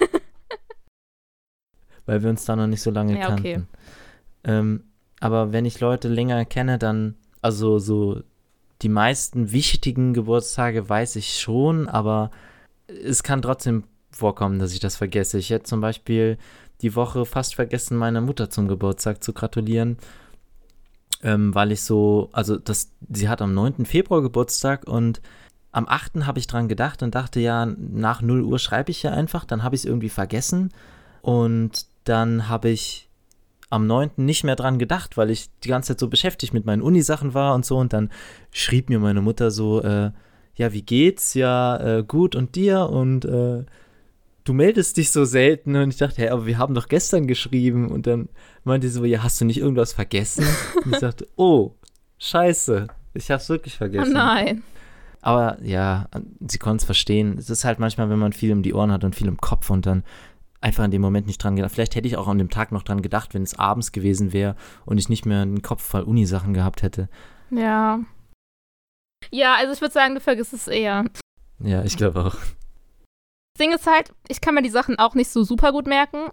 Weil wir uns da noch nicht so lange ja, kannten. Okay. Ähm, aber wenn ich Leute länger kenne, dann, also so die meisten wichtigen Geburtstage weiß ich schon, aber es kann trotzdem vorkommen, dass ich das vergesse. Ich hätte zum Beispiel die Woche fast vergessen, meiner Mutter zum Geburtstag zu gratulieren, ähm, weil ich so, also das, sie hat am neunten Februar Geburtstag und am achten habe ich dran gedacht und dachte, ja, nach null Uhr schreibe ich ja einfach, dann habe ich es irgendwie vergessen und dann habe ich am neunten nicht mehr dran gedacht, weil ich die ganze Zeit so beschäftigt mit meinen Unisachen war und so und dann schrieb mir meine Mutter so, äh, ja, wie geht's? Ja, äh, gut und dir? Und äh, du meldest dich so selten und ich dachte, ja, aber wir haben doch gestern geschrieben und dann meinte sie so, ja, hast du nicht irgendwas vergessen? Und ich dachte, oh, scheiße, ich hab's wirklich vergessen. Oh nein. Aber ja, sie konnte es verstehen. Es ist halt manchmal, wenn man viel um die Ohren hat und viel im Kopf und dann einfach in dem Moment nicht dran gedacht. Vielleicht hätte ich auch an dem Tag noch dran gedacht, wenn es abends gewesen wäre und ich nicht mehr einen Kopf voll Uni-Sachen gehabt hätte. Ja. Ja, also ich würde sagen, du vergisst es eher. Ja, ich glaube auch. Das Ding ist halt, ich kann mir die Sachen auch nicht so super gut merken.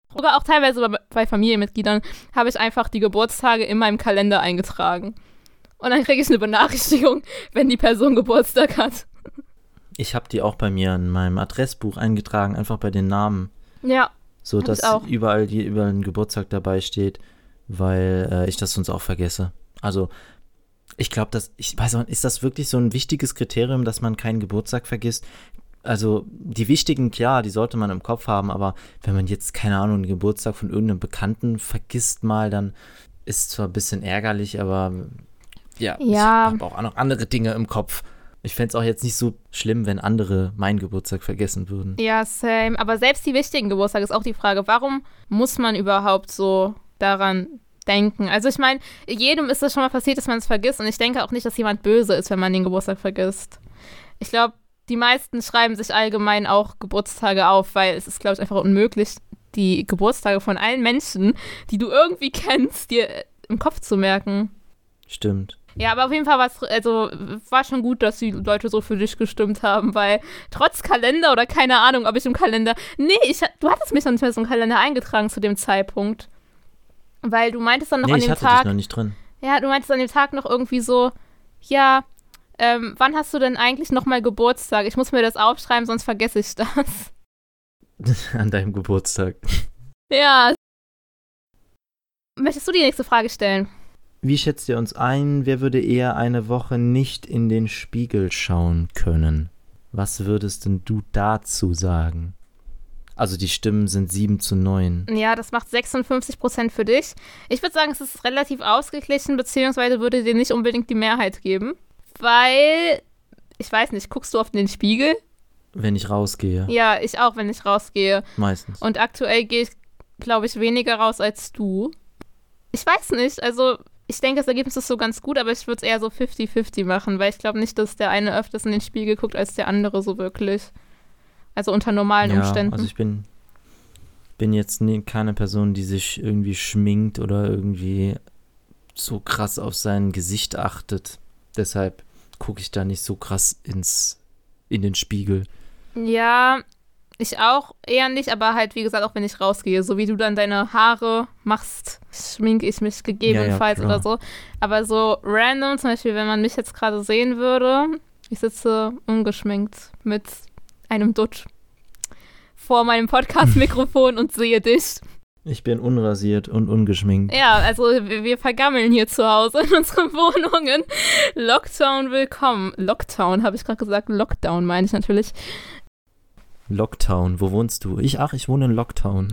Sogar auch teilweise bei Familienmitgliedern habe ich einfach die Geburtstage in meinem Kalender eingetragen. Und dann kriege ich eine Benachrichtigung, wenn die Person Geburtstag hat. Ich habe die auch bei mir in meinem Adressbuch eingetragen, einfach bei den Namen. Ja. So, dass überall, die, überall ein Geburtstag dabei steht, weil äh, ich das sonst auch vergesse. Also, ich glaube, dass, ich weiß auch, ist das wirklich so ein wichtiges Kriterium, dass man keinen Geburtstag vergisst? Also, die wichtigen, klar, die sollte man im Kopf haben, aber wenn man jetzt, keine Ahnung, einen Geburtstag von irgendeinem Bekannten vergisst mal, dann ist zwar ein bisschen ärgerlich, aber ja, ja. ich habe auch noch andere Dinge im Kopf. Ich fände es auch jetzt nicht so schlimm, wenn andere meinen Geburtstag vergessen würden. Ja, same. Aber selbst die wichtigen Geburtstage ist auch die Frage, warum muss man überhaupt so daran denken? Also ich meine, jedem ist das schon mal passiert, dass man es vergisst und ich denke auch nicht, dass jemand böse ist, wenn man den Geburtstag vergisst. Ich glaube, die meisten schreiben sich allgemein auch Geburtstage auf, weil es ist, glaube ich, einfach unmöglich, die Geburtstage von allen Menschen, die du irgendwie kennst, dir im Kopf zu merken. Stimmt. Ja, aber auf jeden Fall war es also, war schon gut, dass die Leute so für dich gestimmt haben, weil trotz Kalender oder keine Ahnung, ob ich im Kalender, nee, ich, du hattest mich noch nicht mehr so im Kalender eingetragen zu dem Zeitpunkt, weil du meintest dann noch nee, an dem ich hatte Tag, dich noch nicht drin. Ja, du meintest an dem Tag noch irgendwie so, ja, ähm, wann hast du denn eigentlich nochmal Geburtstag? Ich muss mir das aufschreiben, sonst vergesse ich das. An deinem Geburtstag. Ja. Möchtest du die nächste Frage stellen? Wie schätzt ihr uns ein, wer würde eher eine Woche nicht in den Spiegel schauen können? Was würdest denn du dazu sagen? Also die Stimmen sind sieben zu neun. Ja, das macht sechsundfünfzig Prozent für dich. Ich würde sagen, es ist relativ ausgeglichen, beziehungsweise würde dir nicht unbedingt die Mehrheit geben. Weil, ich weiß nicht, guckst du oft in den Spiegel? Wenn ich rausgehe. Ja, ich auch, wenn ich rausgehe. Meistens. Und aktuell gehe ich, glaube ich, weniger raus als du. Ich weiß nicht, also ich denke, das Ergebnis ist so ganz gut, aber ich würde es eher so fifty fifty machen, weil ich glaube nicht, dass der eine öfters in den Spiegel guckt als der andere so wirklich. Also unter normalen ja, Umständen. Also ich bin, bin jetzt nie, keine Person, die sich irgendwie schminkt oder irgendwie so krass auf sein Gesicht achtet. Deshalb gucke ich da nicht so krass ins, in den Spiegel. Ja, ich auch eher nicht, aber halt, wie gesagt, auch wenn ich rausgehe, so wie du dann deine Haare machst, schminke ich mich gegebenenfalls ja, ja, oder so. Aber so random, zum Beispiel, wenn man mich jetzt gerade sehen würde, ich sitze ungeschminkt mit einem Dutt vor meinem Podcast-Mikrofon und sehe dich. Ich bin unrasiert und ungeschminkt. Ja, also wir, wir vergammeln hier zu Hause in unseren Wohnungen. Lockdown willkommen. Lockdown, habe ich gerade gesagt. Lockdown meine ich natürlich. Lockdown, wo wohnst du? Ich, ach, ich wohne in Lockdown.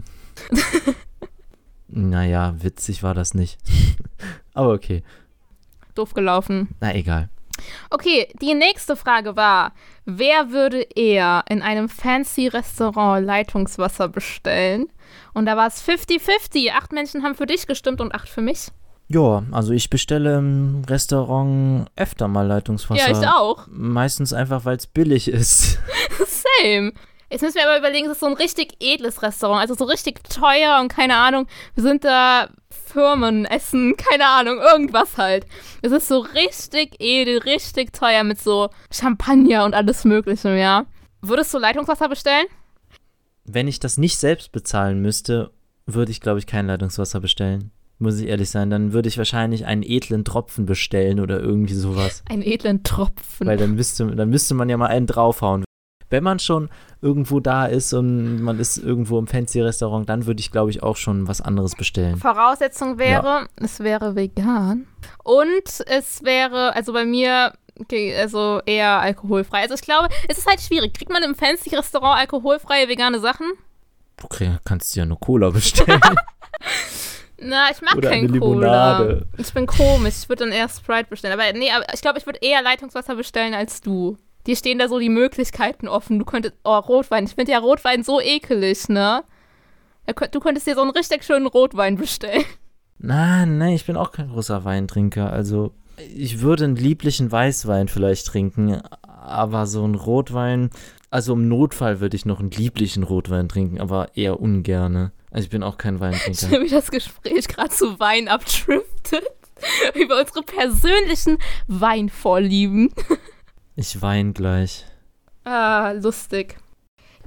Naja, witzig war das nicht. Aber okay. Doof gelaufen. Na, egal. Okay, die nächste Frage war, wer würde eher in einem fancy Restaurant Leitungswasser bestellen? Und da war es fifty fifty. Acht Menschen haben für dich gestimmt und acht für mich. Ja, also ich bestelle im Restaurant öfter mal Leitungswasser. Ja, ich auch. Meistens einfach, weil es billig ist. Same. Jetzt müssen wir aber überlegen, es ist so ein richtig edles Restaurant, also so richtig teuer und keine Ahnung, wir sind da Firmenessen, keine Ahnung, irgendwas halt. Es ist so richtig edel, richtig teuer mit so Champagner und alles Mögliche, ja. Würdest du Leitungswasser bestellen? Wenn ich das nicht selbst bezahlen müsste, würde ich, glaube ich, kein Leitungswasser bestellen. Muss ich ehrlich sein, dann würde ich wahrscheinlich einen edlen Tropfen bestellen oder irgendwie sowas. Einen edlen Tropfen? Weil dann müsste, dann müsste man ja mal einen draufhauen. Wenn man schon irgendwo da ist und man ist irgendwo im fancy Restaurant, dann würde ich, glaube ich, auch schon was anderes bestellen. Voraussetzung wäre, ja. Es wäre vegan und es wäre, also bei mir, okay, also eher alkoholfrei. Also ich glaube, es ist halt schwierig. Kriegt man im fancy Restaurant alkoholfreie vegane Sachen? Okay, kannst du ja nur Cola bestellen. Na, ich mag Oder kein eine Cola. Limonade. Ich bin komisch. Ich würde dann eher Sprite bestellen. Aber nee, aber ich glaube, ich würde eher Leitungswasser bestellen als du. Dir stehen da so die Möglichkeiten offen. Du könntest, oh, Rotwein. Ich finde ja Rotwein so ekelig, ne? Du könntest dir so einen richtig schönen Rotwein bestellen. Nein, nein, ich bin auch kein großer Weintrinker. Also, ich würde einen lieblichen Weißwein vielleicht trinken, aber so einen Rotwein, also im Notfall würde ich noch einen lieblichen Rotwein trinken, aber eher ungerne. Also, ich bin auch kein Weintrinker. Schön, wie das Gespräch gerade zu Wein abdriftet. Über unsere persönlichen Weinvorlieben. Ich weine gleich. Ah, lustig.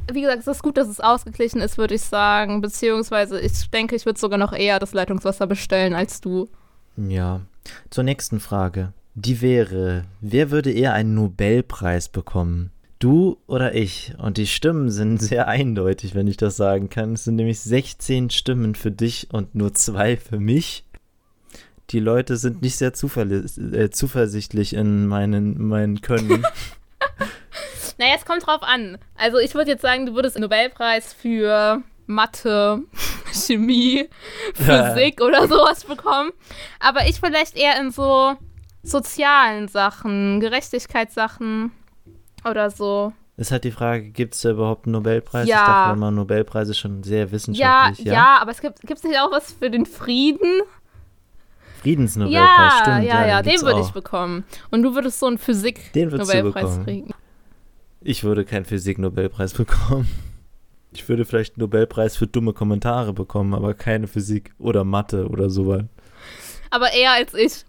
wie gesagt, es ist gut, dass es ausgeglichen ist, würde ich sagen. Beziehungsweise, ich denke, ich würde sogar noch eher das Leitungswasser bestellen als du. Ja. Zur nächsten Frage. Die wäre, wer würde eher einen Nobelpreis bekommen? Du oder ich? Und die Stimmen sind sehr eindeutig, wenn ich das sagen kann. Es sind nämlich sechzehn Stimmen für dich und nur zwei für mich. Die Leute sind nicht sehr zuverl- äh, zuversichtlich in meinen, meinen Können. Naja, es kommt drauf an. Also ich würde jetzt sagen, du würdest einen Nobelpreis für Mathe, Chemie, Physik oder sowas bekommen. Aber ich vielleicht eher in so sozialen Sachen, Gerechtigkeitssachen oder so. Ist halt die Frage, gibt es da überhaupt einen Nobelpreis? Ja. Ich dachte immer, Nobelpreis ist schon sehr Ja, wissenschaftlich. ja, Ja, ja, aber es gibt gibt's nicht auch was für den Frieden? Friedensnobelpreis, Ja, stimmt. ja, ja, gibt's den würde auch. ich bekommen. Und du würdest so einen Den würdest du Physik-Nobelpreis bekommen. kriegen. Ich würde keinen Physik-Nobelpreis bekommen. Ich würde vielleicht einen Nobelpreis für dumme Kommentare bekommen, aber keine Physik oder Mathe oder sowas. Aber eher als ich.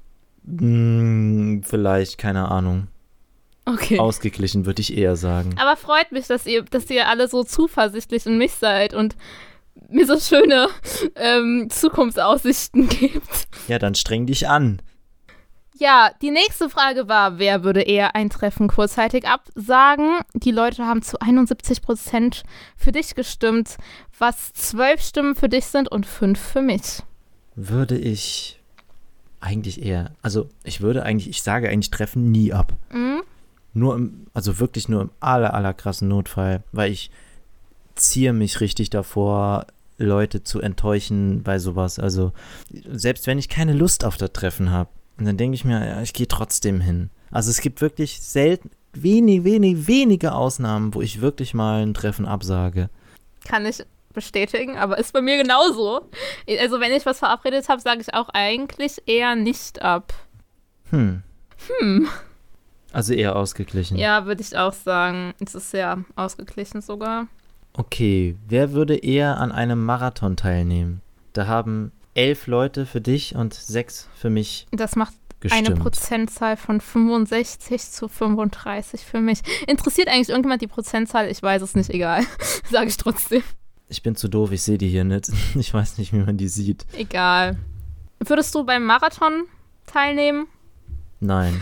Hm, vielleicht, keine Ahnung. Okay. Ausgeglichen, würde ich eher sagen. Aber freut mich, dass ihr, dass ihr alle so zuversichtlich in mich seid und mir so schöne ähm, Zukunftsaussichten gebt. Ja, dann streng dich an. Ja, die nächste Frage war, wer würde eher ein Treffen kurzzeitig absagen? Die Leute haben zu einundsiebzig Prozent für dich gestimmt, was zwölf Stimmen für dich sind und fünf für mich. Würde ich eigentlich eher, also ich würde eigentlich, ich sage eigentlich Treffen nie ab. Mhm. Nur im, also wirklich nur im aller, aller krassen Notfall, weil ich ziehe mich richtig davor, Leute zu enttäuschen bei sowas. Also selbst wenn ich keine Lust auf das Treffen habe, dann denke ich mir, ja, ich gehe trotzdem hin. Also es gibt wirklich selten, wenig, wenig, wenige Ausnahmen, wo ich wirklich mal ein Treffen absage. Kann ich bestätigen, aber ist bei mir genauso. Also wenn ich was verabredet habe, sage ich auch eigentlich eher nicht ab. Hm. Hm. Also eher ausgeglichen. Ja, würde ich auch sagen. Es ist sehr ausgeglichen sogar. Okay, wer würde eher an einem Marathon teilnehmen? Da haben elf Leute für dich und sechs für mich Das macht gestimmt. eine Prozentzahl von fünfundsechzig zu fünfunddreißig für mich. Interessiert eigentlich irgendjemand die Prozentzahl? Ich weiß es nicht, egal. Sage ich trotzdem. Ich bin zu doof, ich sehe die hier nicht. Ich weiß nicht, wie man die sieht. Egal. Würdest du beim Marathon teilnehmen? Nein.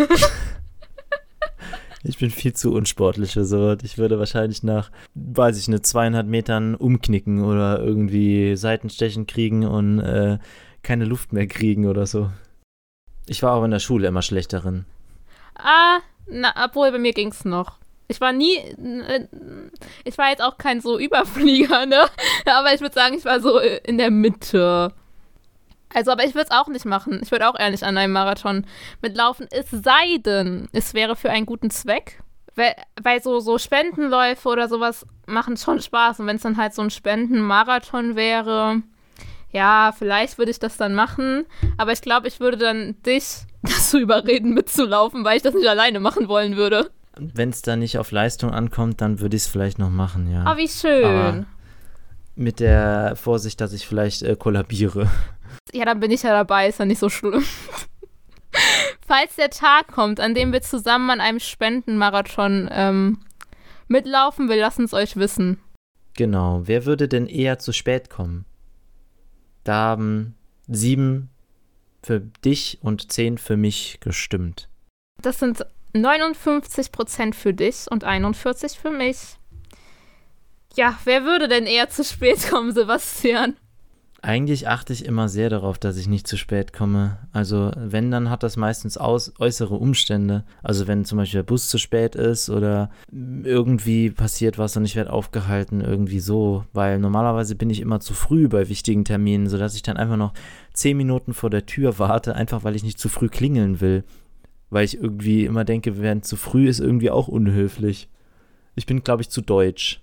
Ich bin viel zu unsportlich für sowas. Ich würde wahrscheinlich nach, weiß ich nicht, zweieinhalb Metern umknicken oder irgendwie Seitenstechen kriegen und äh, keine Luft mehr kriegen oder so. Ich war auch in der Schule immer schlecht darin. Ah, na, obwohl bei mir ging's noch. Ich war nie, ich war jetzt auch kein so Überflieger, ne? Aber ich würde sagen, ich war so in der Mitte. Also, aber ich würde es auch nicht machen. Ich würde auch eher nicht an einem Marathon mitlaufen. Es sei denn, es wäre für einen guten Zweck. Weil, weil so, so Spendenläufe oder sowas machen schon Spaß. Und wenn es dann halt so ein Spendenmarathon wäre, ja, vielleicht würde ich das dann machen. Aber ich glaube, ich würde dann dich dazu überreden, mitzulaufen, weil ich das nicht alleine machen wollen würde. Wenn es da nicht auf Leistung ankommt, dann würde ich es vielleicht noch machen, ja. Oh, wie schön. Aber mit der Vorsicht, dass ich vielleicht äh, kollabiere. Ja, dann bin ich ja dabei, ist ja nicht so schlimm. Falls der Tag kommt, an dem wir zusammen an einem Spendenmarathon ähm, mitlaufen, wir lassen es euch wissen. Genau. Wer würde denn eher zu spät kommen? Da haben sieben für dich und zehn für mich gestimmt. Das sind neunundfünfzig Prozent für dich und einundvierzig für mich. Ja, wer würde denn eher zu spät kommen, Sebastian? Eigentlich achte ich immer sehr darauf, dass ich nicht zu spät komme. Also wenn, dann hat das meistens aus, äußere Umstände. Also wenn zum Beispiel der Bus zu spät ist oder irgendwie passiert was und ich werde aufgehalten, irgendwie so. Weil normalerweise bin ich immer zu früh bei wichtigen Terminen, sodass ich dann einfach noch zehn Minuten vor der Tür warte, einfach weil ich nicht zu früh klingeln will. Weil ich irgendwie immer denke, wenn zu früh ist, irgendwie auch unhöflich. Ich bin, glaube ich, zu deutsch.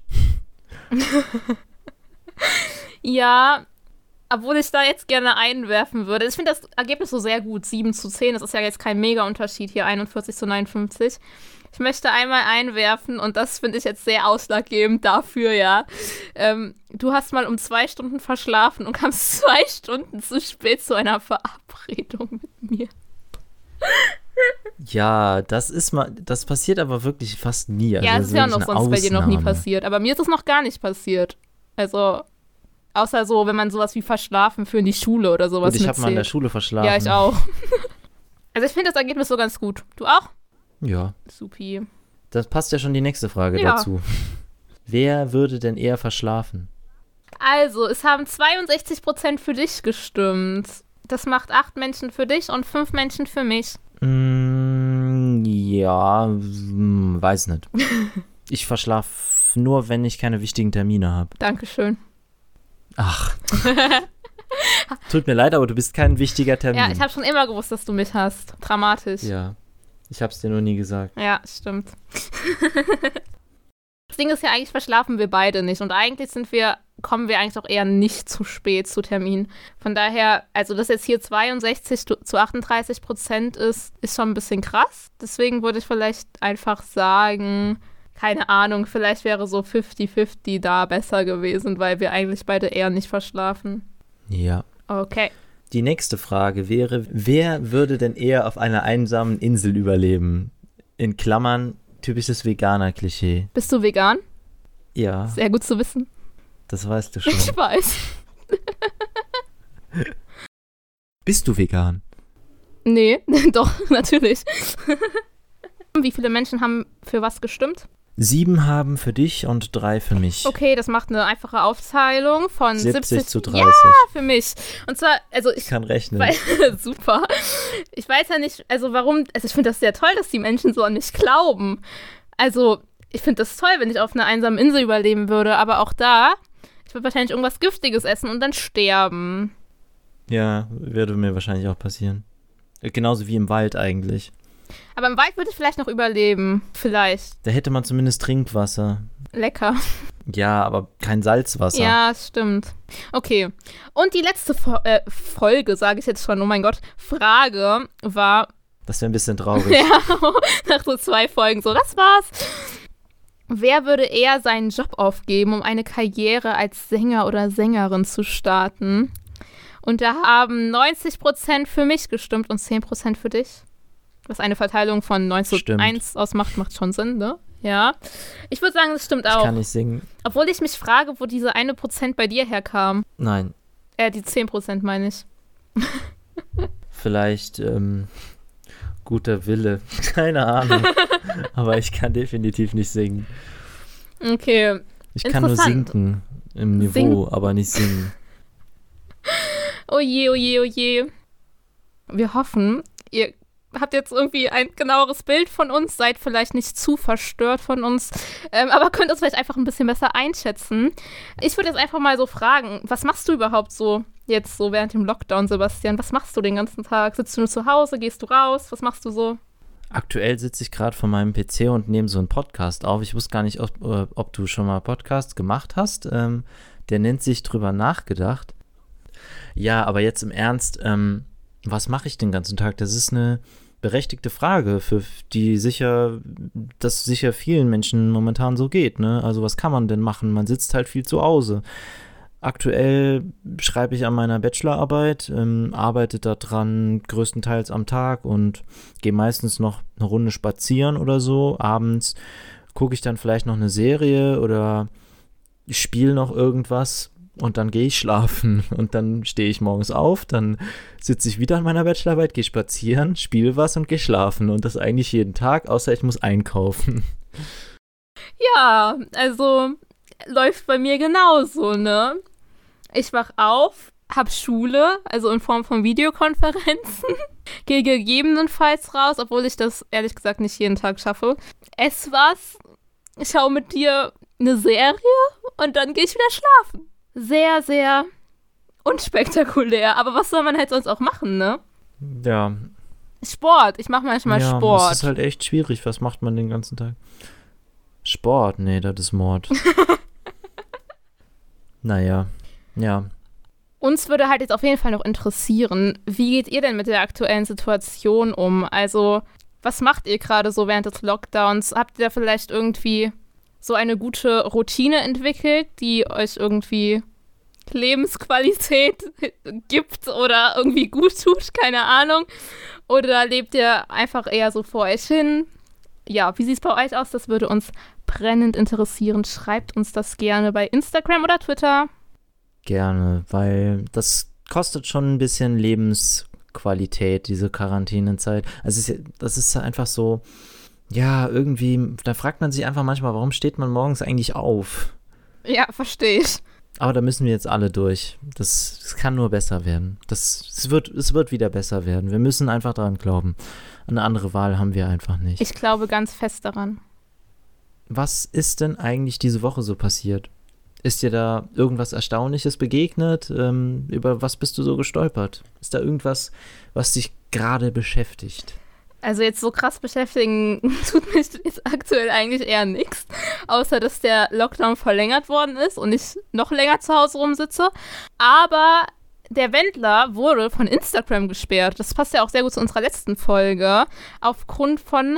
Ja, obwohl ich da jetzt gerne einwerfen würde. Ich finde das Ergebnis so sehr gut, sieben zu zehn. Das ist ja jetzt kein Mega-Unterschied hier, einundvierzig zu neunundfünfzig. Ich möchte einmal einwerfen und das finde ich jetzt sehr ausschlaggebend dafür, ja. Ähm, du hast mal um zwei Stunden verschlafen und kamst zwei Stunden zu spät zu einer Verabredung mit mir. Ja, das ist mal, das passiert aber wirklich fast nie. Also ja, das es ist ja wirklich noch eine sonst bei dir noch nie Ausnahme. passiert. Aber mir ist es noch gar nicht passiert. Also, außer so, wenn man sowas wie verschlafen für in die Schule oder sowas Gut, ich habe mal in der mitzählt. Schule verschlafen. Ja, ich auch. Also ich finde das Ergebnis so ganz gut. Du auch? Ja, Supi. das passt ja schon die nächste Frage Ja. dazu. Wer würde denn eher verschlafen? Also, es haben zweiundsechzig Prozent für dich gestimmt. Das macht acht Menschen für dich und fünf Menschen für mich. Mm, ja, mm, weiß nicht. Ich verschlafe nur, wenn ich keine wichtigen Termine habe. Dankeschön. Ach. Tut mir leid, aber du bist kein wichtiger Termin. Ja, ich habe schon immer gewusst, dass du mich hast. Dramatisch. Ja, ich hab's dir nur nie gesagt. Ja, stimmt. Das Ding ist ja, eigentlich verschlafen wir beide nicht. Und eigentlich sind wir, kommen wir eigentlich auch eher nicht zu spät zu Termin. Von daher, also dass jetzt hier zweiundsechzig zu achtunddreißig Prozent ist, ist schon ein bisschen krass. Deswegen würde ich vielleicht einfach sagen, keine Ahnung, vielleicht wäre so fünfzig fünfzig da besser gewesen, weil wir eigentlich beide eher nicht verschlafen. Ja. Okay. Die nächste Frage wäre, wer würde denn eher auf einer einsamen Insel überleben? In Klammern, typisches Veganer-Klischee. Bist du vegan? Ja, Sehr gut zu wissen. das weißt du schon. Ich weiß. Bist du vegan? Nee, doch, natürlich. Wie viele Menschen haben für was gestimmt? Sieben haben für dich und drei für mich. Okay, das macht eine einfache Aufteilung von siebzig siebzig zu dreißig. Ja, für mich. Und zwar, also Ich ich kann rechnen. weil, super. Ich weiß ja nicht, also warum, also ich finde das sehr toll, dass die Menschen so an mich glauben. Also, ich finde das toll, wenn ich auf einer einsamen Insel überleben würde, aber auch da, ich würde wahrscheinlich irgendwas Giftiges essen und dann sterben. Ja, würde mir wahrscheinlich auch passieren. Genauso wie im Wald eigentlich. Aber im Wald würde ich vielleicht noch überleben. Vielleicht. Da hätte man zumindest Trinkwasser. Lecker. Ja, aber kein Salzwasser. Ja, es stimmt. Okay. Und die letzte Fo- äh, Folge, sage ich jetzt schon, oh mein Gott, Frage war, Das wäre ein bisschen traurig. ja, nach so zwei Folgen so, das war's. Wer würde eher seinen Job aufgeben, um eine Karriere als Sänger oder Sängerin zu starten? Und da haben neunzig Prozent für mich gestimmt und zehn Prozent für dich. Was eine Verteilung von neun zu eins ausmacht, macht schon Sinn, ne? Ja. Ich würde sagen, das stimmt Ich auch. kann nicht singen. Obwohl ich mich frage, wo diese eine Prozent bei dir herkam. Nein. Äh, die zehn Prozent meine ich. Vielleicht ähm, guter Wille. Keine Ahnung. Aber ich kann definitiv nicht singen. Okay. Ich kann nur Interessant. sinken im Niveau, Sing- aber nicht singen. Oh je, oh je, oh je. Wir hoffen, ihr habt jetzt irgendwie ein genaueres Bild von uns, seid vielleicht nicht zu verstört von uns, ähm, aber könnt uns vielleicht einfach ein bisschen besser einschätzen. Ich würde jetzt einfach mal so fragen, was machst du überhaupt so jetzt so während dem Lockdown, Sebastian? Was machst du den ganzen Tag? Sitzt du nur zu Hause? Gehst du raus? Was machst du so? Aktuell sitze ich gerade vor meinem P C und nehme so einen Podcast auf. Ich wusste gar nicht, ob, äh, ob du schon mal Podcast gemacht hast. Ähm, der nennt sich Drüber nachgedacht. Ja, aber jetzt im Ernst, ähm, was mache ich den ganzen Tag? Das ist eine berechtigte Frage, für die sicher, das sicher vielen Menschen momentan so geht, ne? Also was kann man denn machen? Man sitzt halt viel zu Hause. Aktuell schreibe ich an meiner Bachelorarbeit, ähm, arbeite daran größtenteils am Tag und gehe meistens noch eine Runde spazieren oder so. Abends gucke ich dann vielleicht noch eine Serie oder spiele noch irgendwas. Und dann gehe ich schlafen und dann stehe ich morgens auf, dann sitze ich wieder an meiner Bachelorarbeit, gehe spazieren, spiele was und gehe schlafen. Und das eigentlich jeden Tag, außer ich muss einkaufen. Ja, also läuft bei mir genauso, ne? Ich wach auf, hab Schule, also in Form von Videokonferenzen, gehe gegebenenfalls raus, obwohl ich das ehrlich gesagt nicht jeden Tag schaffe. Ess was, schau mit dir eine Serie und dann gehe ich wieder schlafen. Sehr, sehr unspektakulär. Aber was soll man halt sonst auch machen, ne? Ja. Sport. Ich mache manchmal ja, Sport. Das ist halt echt schwierig. Was macht man den ganzen Tag? Sport? Nee, das ist Mord. Naja, ja. Uns würde halt jetzt auf jeden Fall noch interessieren, wie geht ihr denn mit der aktuellen Situation um? Also, was macht ihr gerade so während des Lockdowns? Habt ihr da vielleicht irgendwie so eine gute Routine entwickelt, die euch irgendwie Lebensqualität gibt oder irgendwie gut tut, keine Ahnung. Oder lebt ihr einfach eher so vor euch hin? Ja, wie sieht es bei euch aus? Das würde uns brennend interessieren. Schreibt uns das gerne bei Instagram oder Twitter. Gerne, weil das kostet schon ein bisschen Lebensqualität, diese Quarantänezeit. Also es ist, das ist einfach so, ja, irgendwie, da fragt man sich einfach manchmal, warum steht man morgens eigentlich auf? Ja, verstehe ich. Aber da müssen wir jetzt alle durch. Das, das kann nur besser werden. Das, es, wird, es wird wieder besser werden. Wir müssen einfach daran glauben. Eine andere Wahl haben wir einfach nicht. Ich glaube ganz fest daran. Was ist denn eigentlich diese Woche so passiert? Ist dir da irgendwas Erstaunliches begegnet? Ähm, über was bist du so gestolpert? Ist da irgendwas, was dich gerade beschäftigt? Also jetzt so krass beschäftigen tut mich jetzt aktuell eigentlich eher nichts, außer dass der Lockdown verlängert worden ist und ich noch länger zu Hause rumsitze. Aber der Wendler wurde von Instagram gesperrt. Das passt ja auch sehr gut zu unserer letzten Folge, aufgrund von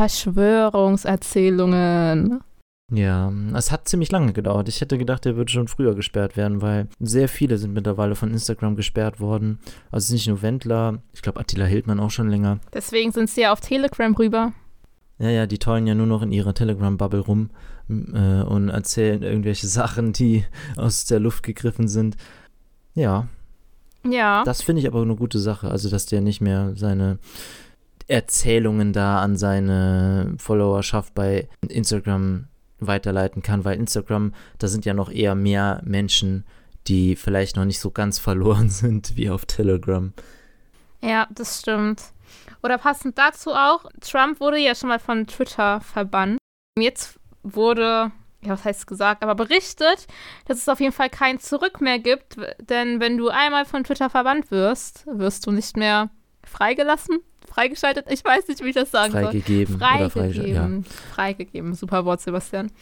Verschwörungserzählungen. Ja, es hat ziemlich lange gedauert. Ich hätte gedacht, er würde schon früher gesperrt werden, weil sehr viele sind mittlerweile von Instagram gesperrt worden. Also nicht nur Wendler, ich glaube Attila Hildmann auch schon länger. Deswegen sind sie ja auf Telegram rüber. Ja, ja, die tollen ja nur noch in ihrer Telegram-Bubble rum äh, und erzählen irgendwelche Sachen, die aus der Luft gegriffen sind. Ja. Ja. Das finde ich aber eine gute Sache, also dass der nicht mehr seine Erzählungen da an seine Followerschaft bei Instagram weiterleiten kann, weil Instagram, da sind ja noch eher mehr Menschen, die vielleicht noch nicht so ganz verloren sind wie auf Telegram. Ja, das stimmt. Oder passend dazu auch, Trump wurde ja schon mal von Twitter verbannt. Jetzt wurde, ja, was heißt gesagt, aber berichtet, dass es auf jeden Fall kein Zurück mehr gibt, denn wenn du einmal von Twitter verbannt wirst, wirst du nicht mehr freigelassen, freigeschaltet, ich weiß nicht, wie ich das sagen freigegeben soll. Freigegeben. Oder freigegeben. Ja. Freigegeben, super Wort, Sebastian.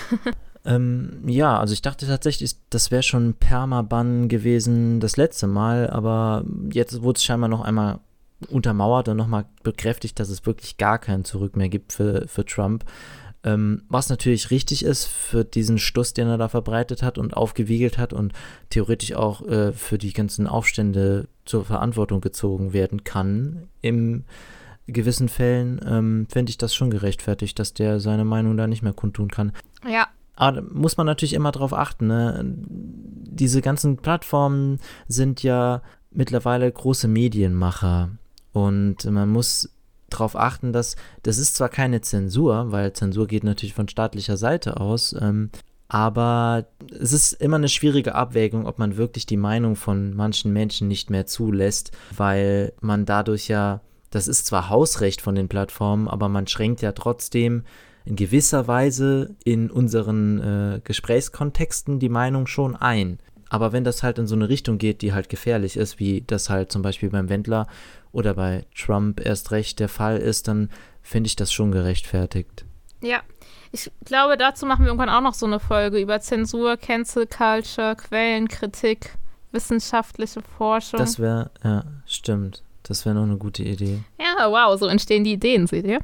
ähm, ja, also ich dachte tatsächlich, das wäre schon Permaban gewesen das letzte Mal, aber jetzt wurde es scheinbar noch einmal untermauert und nochmal bekräftigt, dass es wirklich gar kein Zurück mehr gibt für, für Trump. Ähm, was natürlich richtig ist für diesen Stuss, den er da verbreitet hat und aufgewiegelt hat und theoretisch auch äh, für die ganzen Aufstände zur Verantwortung gezogen werden kann in gewissen Fällen, ähm, finde ich das schon gerechtfertigt, dass der seine Meinung da nicht mehr kundtun kann. Ja. Aber da muss man natürlich immer drauf achten, ne? Diese ganzen Plattformen sind ja mittlerweile große Medienmacher und man muss darauf achten, dass, das ist zwar keine Zensur, weil Zensur geht natürlich von staatlicher Seite aus, ähm, aber es ist immer eine schwierige Abwägung, ob man wirklich die Meinung von manchen Menschen nicht mehr zulässt, weil man dadurch ja, das ist zwar Hausrecht von den Plattformen, aber man schränkt ja trotzdem in gewisser Weise in unseren äh, Gesprächskontexten die Meinung schon ein. Aber wenn das halt in so eine Richtung geht, die halt gefährlich ist, wie das halt zum Beispiel beim Wendler oder bei Trump erst recht der Fall ist, dann finde ich das schon gerechtfertigt. Ja, ich glaube, dazu machen wir irgendwann auch noch so eine Folge über Zensur, Cancel Culture, Quellenkritik, wissenschaftliche Forschung. Das wäre, ja, stimmt. Das wäre noch eine gute Idee. Ja, wow, so entstehen die Ideen, seht ihr?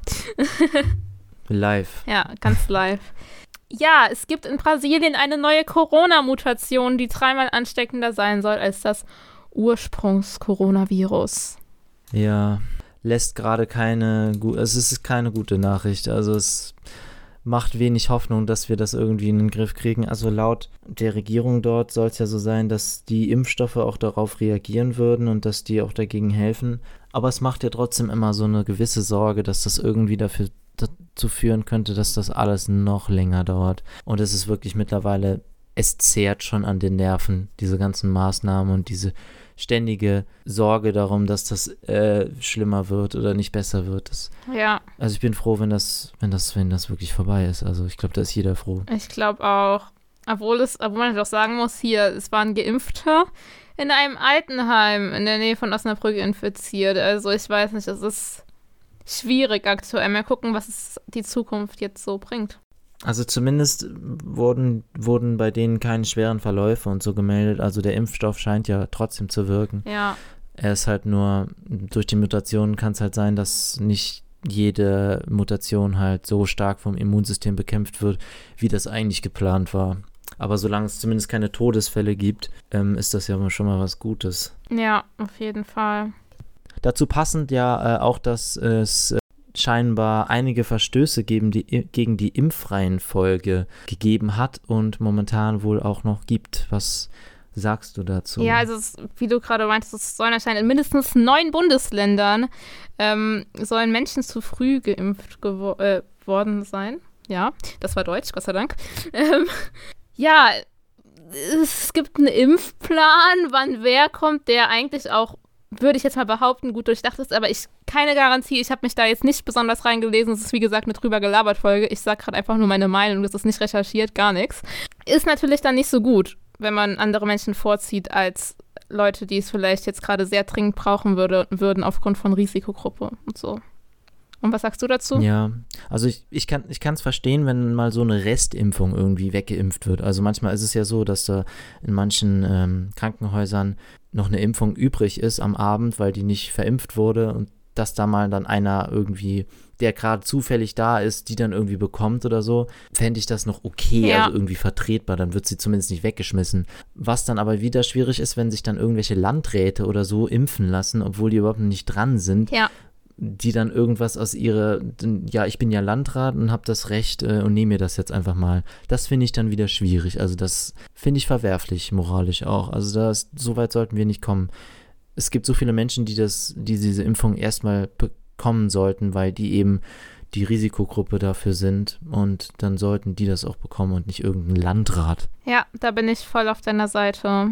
Live. Ja, ganz live. Ja, es gibt in Brasilien eine neue Corona-Mutation, die dreimal ansteckender sein soll als das Ursprungs-Coronavirus. Ja, lässt gerade keine, gu- es ist keine gute Nachricht. Also es macht wenig Hoffnung, dass wir das irgendwie in den Griff kriegen. Also laut der Regierung dort soll es ja so sein, dass die Impfstoffe auch darauf reagieren würden und dass die auch dagegen helfen. Aber es macht ja trotzdem immer so eine gewisse Sorge, dass das irgendwie dafür dazu führen könnte, dass das alles noch länger dauert. Und es ist wirklich mittlerweile, es zehrt schon an den Nerven, diese ganzen Maßnahmen und diese ständige Sorge darum, dass das äh, schlimmer wird oder nicht besser wird. Das, ja. Also ich bin froh, wenn das, wenn das, wenn das wirklich vorbei ist. Also ich glaube, da ist jeder froh. Ich glaube auch. Obwohl es, obwohl man doch sagen muss, hier, es waren Geimpfte in einem Altenheim in der Nähe von Osnabrück infiziert. Also ich weiß nicht, es ist schwierig aktuell. Mal gucken, was es die Zukunft jetzt so bringt. Also zumindest wurden, wurden bei denen keine schweren Verläufe und so gemeldet. Also der Impfstoff scheint ja trotzdem zu wirken. Ja. Er ist halt nur, durch die Mutationen kann es halt sein, dass nicht jede Mutation halt so stark vom Immunsystem bekämpft wird, wie das eigentlich geplant war. Aber solange es zumindest keine Todesfälle gibt, ähm, ist das ja schon mal was Gutes. Ja, auf jeden Fall. Dazu passend ja äh, auch, dass es äh, scheinbar einige Verstöße gegen die, gegen die Impfreihenfolge gegeben hat und momentan wohl auch noch gibt. Was sagst du dazu? Ja, also es, wie du gerade meintest, es sollen anscheinend in mindestens neun Bundesländern ähm, sollen Menschen zu früh geimpft gewo- äh, worden sein. Ja, das war Deutsch, Gott sei Dank. Ähm, ja, es gibt einen Impfplan, wann wer kommt, der eigentlich auch, würde ich jetzt mal behaupten, gut durchdacht ist, aber ich, keine Garantie, ich habe mich da jetzt nicht besonders reingelesen, es ist wie gesagt eine drüber gelabert Folge, ich sage gerade einfach nur meine Meinung, das ist nicht recherchiert, gar nichts. Ist natürlich dann nicht so gut, wenn man andere Menschen vorzieht als Leute, die es vielleicht jetzt gerade sehr dringend brauchen würde, würden aufgrund von Risikogruppe und so. Und was sagst du dazu? Ja, also ich, ich kann ich es verstehen, wenn mal so eine Restimpfung irgendwie weggeimpft wird. Also manchmal ist es ja so, dass da in manchen ähm, Krankenhäusern noch eine Impfung übrig ist am Abend, weil die nicht verimpft wurde und dass da mal dann einer irgendwie, der gerade zufällig da ist, die dann irgendwie bekommt oder so, fände ich das noch okay, Ja. also irgendwie vertretbar, dann wird sie zumindest nicht weggeschmissen. Was dann aber wieder schwierig ist, wenn sich dann irgendwelche Landräte oder so impfen lassen, obwohl die überhaupt noch nicht dran sind, Ja. die dann irgendwas aus ihrer, ja, ich bin ja Landrat und habe das Recht äh, und nehme mir das jetzt einfach mal. Das finde ich dann wieder schwierig. Also das finde ich verwerflich, moralisch auch. Also das, so weit sollten wir nicht kommen. Es gibt so viele Menschen, die das, die diese Impfung erstmal bekommen sollten, weil die eben die Risikogruppe dafür sind und dann sollten die das auch bekommen und nicht irgendein Landrat. Ja, da bin ich voll auf deiner Seite.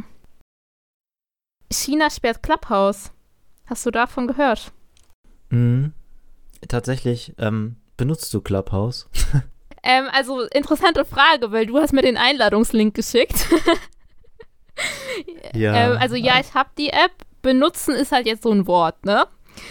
China sperrt Clubhouse. Hast du davon gehört? Mhm. Tatsächlich, ähm, benutzt du Clubhouse? Ähm, also interessante Frage, weil du hast mir den Einladungslink geschickt. Ja. Ähm, also ja, ich habe die App. Benutzen ist halt jetzt so ein Wort, ne?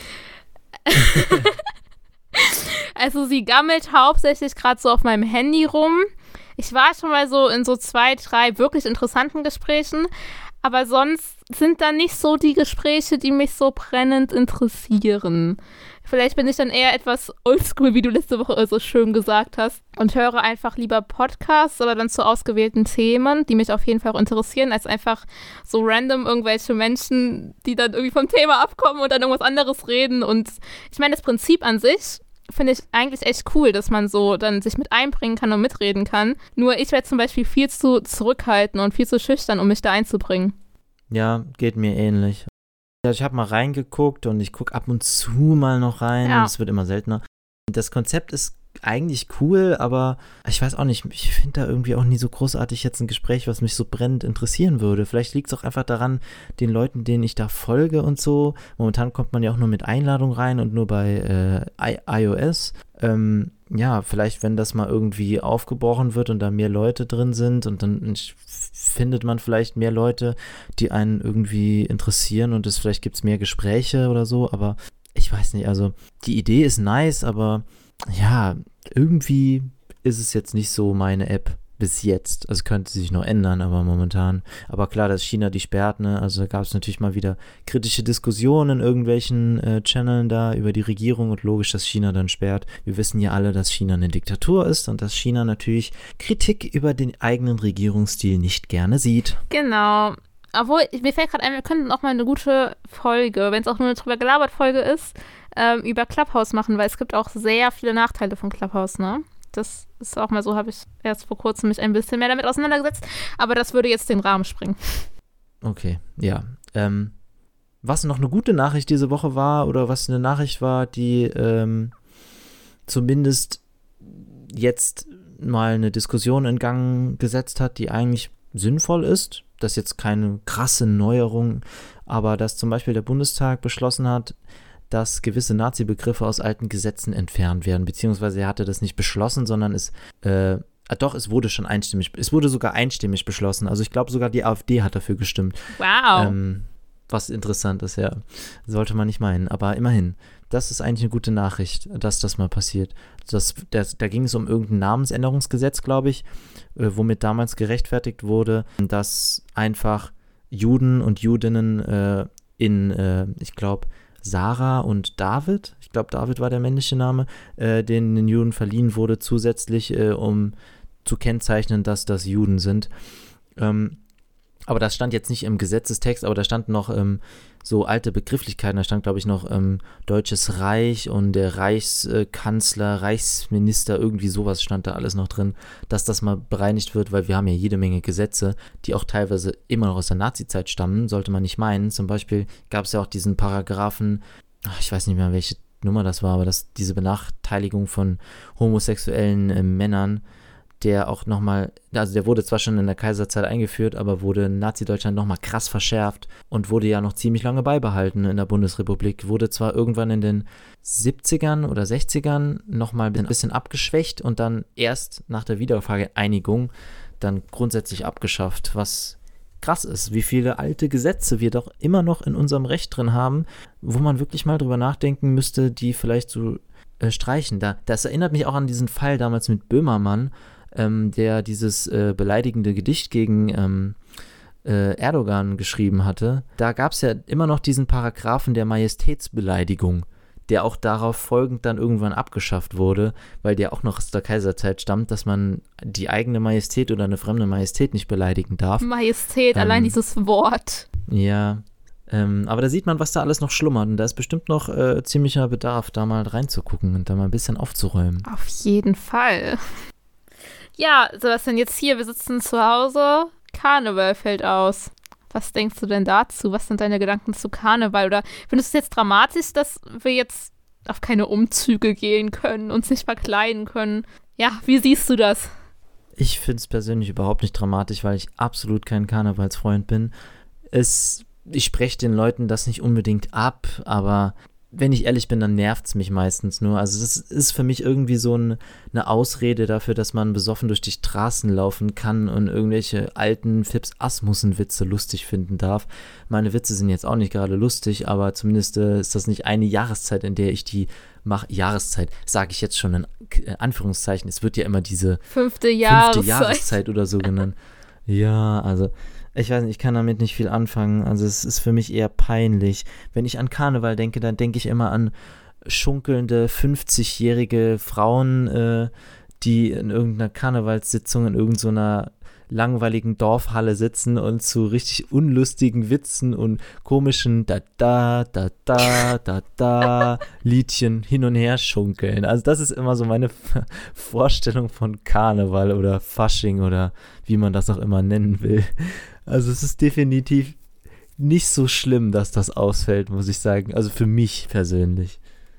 Also sie gammelt hauptsächlich gerade so auf meinem Handy rum. Ich war schon mal so in so zwei, drei wirklich interessanten Gesprächen, aber sonst sind da nicht so die Gespräche, die mich so brennend interessieren. Vielleicht bin ich dann eher etwas oldschool, wie du letzte Woche so schön gesagt hast, und höre einfach lieber Podcasts, aber dann zu ausgewählten Themen, die mich auf jeden Fall auch interessieren, als einfach so random irgendwelche Menschen, die dann irgendwie vom Thema abkommen und dann irgendwas anderes reden. Und ich meine, das Prinzip an sich finde ich eigentlich echt cool, dass man so dann sich mit einbringen kann und mitreden kann. Nur ich werde zum Beispiel viel zu zurückhaltend und viel zu schüchtern, um mich da einzubringen. Ja, geht mir ähnlich. Ja, ich habe mal reingeguckt und ich gucke ab und zu mal noch rein. Ja. Es wird immer seltener. Das Konzept ist eigentlich cool, aber ich weiß auch nicht, ich finde da irgendwie auch nie so großartig jetzt ein Gespräch, was mich so brennend interessieren würde. Vielleicht liegt es auch einfach daran, den Leuten, denen ich da folge und so. Momentan kommt man ja auch nur mit Einladung rein und nur bei äh, I- iOS. Ähm, ja, vielleicht, wenn das mal irgendwie aufgebrochen wird und da mehr Leute drin sind und dann findet man vielleicht mehr Leute, die einen irgendwie interessieren und es vielleicht gibt es mehr Gespräche oder so, aber ich weiß nicht, also die Idee ist nice, aber ja, irgendwie ist es jetzt nicht so meine App bis jetzt. Also könnte sich noch ändern, aber momentan. Aber klar, dass China die sperrt, ne? Also da gab es natürlich mal wieder kritische Diskussionen in irgendwelchen äh, Channeln da über die Regierung und logisch, dass China dann sperrt. Wir wissen ja alle, dass China eine Diktatur ist und dass China natürlich Kritik über den eigenen Regierungsstil nicht gerne sieht. Genau. Obwohl, mir fällt gerade ein, wir könnten auch mal eine gute Folge, wenn es auch nur eine drüber gelabert Folge ist, ähm, über Clubhouse machen, weil es gibt auch sehr viele Nachteile von Clubhouse, ne? Das ist auch mal so, habe ich erst vor kurzem mich ein bisschen mehr damit auseinandergesetzt, aber das würde jetzt den Rahmen sprengen. Okay, ja. Ähm, was noch eine gute Nachricht diese Woche war oder was eine Nachricht war, die ähm, zumindest jetzt mal eine Diskussion in Gang gesetzt hat, die eigentlich sinnvoll ist. Das ist jetzt keine krasse Neuerung, aber dass zum Beispiel der Bundestag beschlossen hat, dass gewisse Nazi-Begriffe aus alten Gesetzen entfernt werden, beziehungsweise er hatte das nicht beschlossen, sondern es, äh, doch, es wurde schon einstimmig, es wurde sogar einstimmig beschlossen, also ich glaube sogar die AfD hat dafür gestimmt. Wow. Ähm, was interessant ist, ja, sollte man nicht meinen, aber immerhin, das ist eigentlich eine gute Nachricht, dass das mal passiert. Das, das, da ging es um irgendein Namensänderungsgesetz, glaube ich, äh, womit damals gerechtfertigt wurde, dass einfach Juden und Judinnen äh, in, äh, ich glaube, Sarah und David, ich glaube David war der männliche Name, äh, denen den Juden verliehen wurde, zusätzlich, äh, um zu kennzeichnen, dass das Juden sind. Ähm, aber das stand jetzt nicht im Gesetzestext, aber da standen noch ähm, so alte Begrifflichkeiten. Da stand, glaube ich, noch ähm, Deutsches Reich und der Reichskanzler, Reichsminister, irgendwie sowas stand da alles noch drin, dass das mal bereinigt wird, weil wir haben ja jede Menge Gesetze, die auch teilweise immer noch aus der Nazizeit stammen, sollte man nicht meinen. Zum Beispiel gab es ja auch diesen Paragraphen, ach, ich weiß nicht mehr, welche Nummer das war, aber dass diese Benachteiligung von homosexuellen äh, Männern, der auch nochmal, also der wurde zwar schon in der Kaiserzeit eingeführt, aber wurde in Nazi-Deutschland nochmal krass verschärft und wurde ja noch ziemlich lange beibehalten in der Bundesrepublik. Wurde zwar irgendwann in den siebzigern oder sechzigern nochmal ein bisschen abgeschwächt und dann erst nach der Wiedervereinigung dann grundsätzlich abgeschafft, was krass ist, wie viele alte Gesetze wir doch immer noch in unserem Recht drin haben, wo man wirklich mal drüber nachdenken müsste, die vielleicht so äh, streichen. Da, das erinnert mich auch an diesen Fall damals mit Böhmermann, ähm, der dieses äh, beleidigende Gedicht gegen ähm, äh, Erdogan geschrieben hatte. Da gab es ja immer noch diesen Paragraphen der Majestätsbeleidigung, der auch darauf folgend dann irgendwann abgeschafft wurde, weil der auch noch aus der Kaiserzeit stammt, dass man die eigene Majestät oder eine fremde Majestät nicht beleidigen darf. Majestät, ähm, allein dieses Wort. Ja, ähm, aber da sieht man, was da alles noch schlummert und da ist bestimmt noch äh, ziemlicher Bedarf, da mal reinzugucken und da mal ein bisschen aufzuräumen. Auf jeden Fall. Ja, Sebastian, jetzt hier, wir sitzen zu Hause, Karneval fällt aus. Was denkst du denn dazu? Was sind deine Gedanken zu Karneval? Oder findest du es jetzt dramatisch, dass wir jetzt auf keine Umzüge gehen können, uns nicht verkleiden können? Ja, wie siehst du das? Ich finde es persönlich überhaupt nicht dramatisch, weil ich absolut kein Karnevalsfreund bin. Es, ich spreche den Leuten das nicht unbedingt ab, aber wenn ich ehrlich bin, dann nervt es mich meistens nur. Also das ist für mich irgendwie so ein, eine Ausrede dafür, dass man besoffen durch die Straßen laufen kann und irgendwelche alten Fips-Asmussen-Witze lustig finden darf. Meine Witze sind jetzt auch nicht gerade lustig, aber zumindest äh, ist das nicht eine Jahreszeit, in der ich die mache. Jahreszeit, sage ich jetzt schon in Anführungszeichen. Es wird ja immer diese fünfte Jahreszeit, fünfte Jahreszeit oder so genannt. Ja, also ich weiß nicht, ich kann damit nicht viel anfangen. Also es ist für mich eher peinlich. Wenn ich an Karneval denke, dann denke ich immer an schunkelnde fünfzigjährige Frauen, äh, die in irgendeiner Karnevalssitzung in irgendeiner langweiligen Dorfhalle sitzen und zu richtig unlustigen Witzen und komischen da-da, da-da, da-da Liedchen hin und her schunkeln. Also das ist immer so meine Vorstellung von Karneval oder Fasching oder wie man das auch immer nennen will. Also es ist definitiv nicht so schlimm, dass das ausfällt, muss ich sagen. Also für mich persönlich.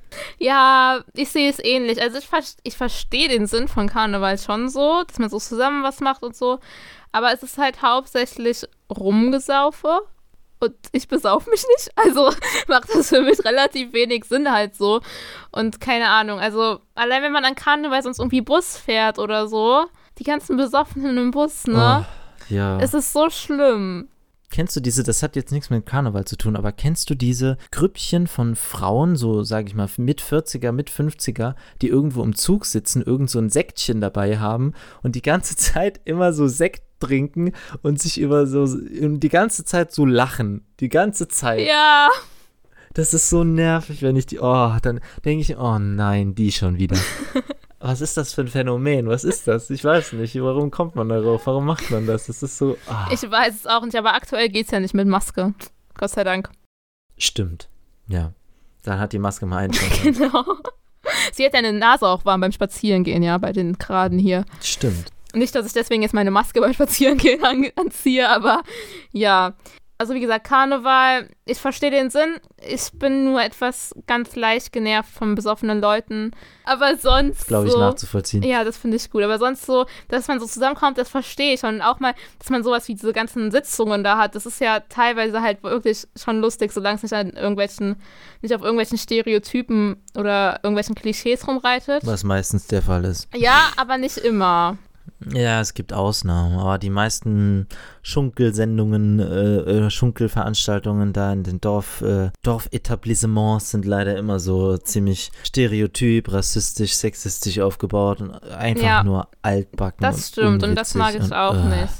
Ja, ich sehe es ähnlich. Also ich, ich verstehe den Sinn von Karneval schon so, dass man so zusammen was macht und so. Aber es ist halt hauptsächlich Rumgesaufe und ich besauf mich nicht. Also macht das für mich relativ wenig Sinn halt so. Und keine Ahnung, also allein wenn man an Karneval sonst irgendwie Bus fährt oder so, die ganzen Besoffenen im Bus, ne? Oh, ja. Es ist so schlimm. Kennst du diese, das hat jetzt nichts mit Karneval zu tun, aber kennst du diese Grüppchen von Frauen, so sage ich mal mit vierziger, mit fünfziger, die irgendwo im Zug sitzen, irgend so ein Säckchen dabei haben und die ganze Zeit immer so Sekt trinken und sich über so, die ganze Zeit so lachen, die ganze Zeit. Ja. Das ist so nervig, wenn ich die, oh, dann denke ich, oh nein, die schon wieder. Was ist das für ein Phänomen? Was ist das? Ich weiß nicht. Warum kommt man darauf? Warum macht man das? Das ist so. Ah. Ich weiß es auch nicht, aber aktuell geht es ja nicht mit Maske. Gott sei Dank. Stimmt. Ja. Dann hat die Maske mal einschalten. Genau. Sie hat ja eine Nase auch warm beim Spazierengehen, ja, bei den Geraden hier. Stimmt. Nicht, dass ich deswegen jetzt meine Maske beim Spazierengehen an- anziehe, aber ja. Also wie gesagt, Karneval, ich verstehe den Sinn. Ich bin nur etwas ganz leicht genervt von besoffenen Leuten. Aber sonst glaube ich so, nachzuvollziehen. Ja, das finde ich gut. Aber sonst so, dass man so zusammenkommt, das verstehe ich. Und auch mal, dass man sowas wie diese ganzen Sitzungen da hat, das ist ja teilweise halt wirklich schon lustig, solange es nicht an irgendwelchen, nicht auf irgendwelchen Stereotypen oder irgendwelchen Klischees rumreitet. Was meistens der Fall ist. Ja, aber nicht immer. Ja, es gibt Ausnahmen, aber die meisten Schunkelsendungen, äh, Schunkelveranstaltungen da in den Dorf, äh, Dorfetablissements sind leider immer so ziemlich stereotyp, rassistisch, sexistisch aufgebaut und einfach ja, nur altbacken. Das stimmt und, und das mag ich und, auch uh. nicht.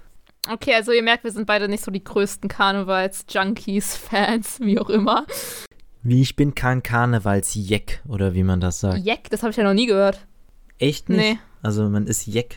Okay, also ihr merkt, wir sind beide nicht so die größten Karnevals-Junkies, Fans, wie auch immer. Wie, ich bin kein Karnevals-Jeck, oder wie man das sagt. Jeck, das habe ich ja noch nie gehört. Echt nicht? Nee. Also man ist Jeck.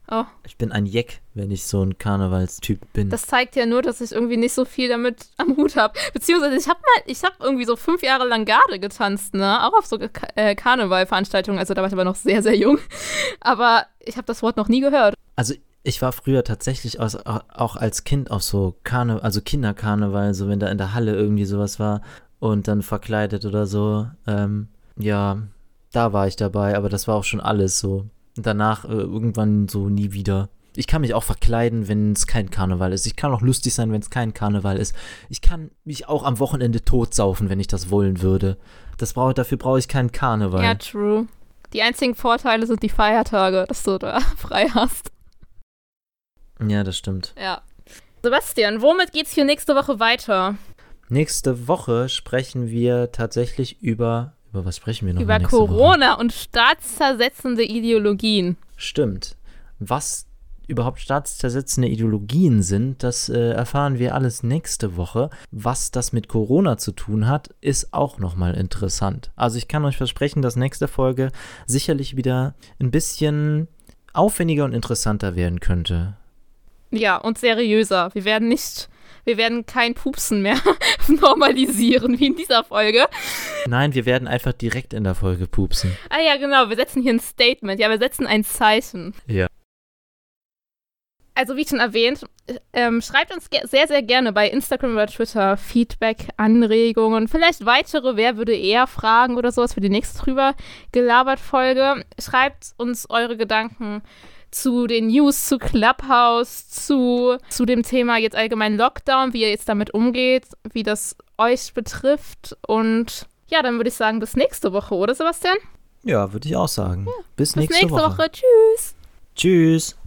Oh. Ich bin ein Jeck, wenn ich so ein Karnevalstyp bin. Das zeigt ja nur, dass ich irgendwie nicht so viel damit am Hut habe. Beziehungsweise ich habe mal, ich habe irgendwie so fünf Jahre lang Garde getanzt, ne? Auch auf so Ka- äh, Karnevalveranstaltungen. Also da war ich aber noch sehr, sehr jung. Aber ich habe das Wort noch nie gehört. Also ich war früher tatsächlich aus, auch als Kind auf so Karne, also Kinderkarneval, so wenn da in der Halle irgendwie sowas war und dann verkleidet oder so. Ähm, ja, da war ich dabei, aber das war auch schon alles so. Und danach äh, irgendwann so nie wieder. Ich kann mich auch verkleiden, wenn es kein Karneval ist. Ich kann auch lustig sein, wenn es kein Karneval ist. Ich kann mich auch am Wochenende totsaufen, wenn ich das wollen würde. Das brauch, dafür brauche ich keinen Karneval. Ja, true. Die einzigen Vorteile sind die Feiertage, dass du da frei hast. Ja, das stimmt. Ja. Sebastian, womit geht's hier nächste Woche weiter? Nächste Woche sprechen wir tatsächlich über... Über was sprechen wir noch Über nächste Corona Woche? Und staatszersetzende Ideologien. Stimmt. Was überhaupt staatszersetzende Ideologien sind, das äh, erfahren wir alles nächste Woche. Was das mit Corona zu tun hat, ist auch nochmal interessant. Also ich kann euch versprechen, dass nächste Folge sicherlich wieder ein bisschen aufwendiger und interessanter werden könnte. Ja, und seriöser. Wir werden nicht... Wir werden kein Pupsen mehr normalisieren, wie in dieser Folge. Nein, wir werden einfach direkt in der Folge pupsen. Ah ja, genau, wir setzen hier ein Statement. Ja, wir setzen ein Zeichen. Ja. Also wie schon erwähnt, ähm, schreibt uns ge- sehr, sehr gerne bei Instagram oder Twitter Feedback, Anregungen, vielleicht weitere Wer würde eher Fragen oder sowas für die nächste drüber gelabert Folge. Schreibt uns eure Gedanken zu den News, zu Clubhouse, zu, zu dem Thema jetzt allgemein Lockdown, wie ihr jetzt damit umgeht, wie das euch betrifft. Und ja, dann würde ich sagen, bis nächste Woche, oder Sebastian? Ja, würde ich auch sagen. Ja, bis, bis nächste, nächste Woche. Woche. Tschüss. Tschüss.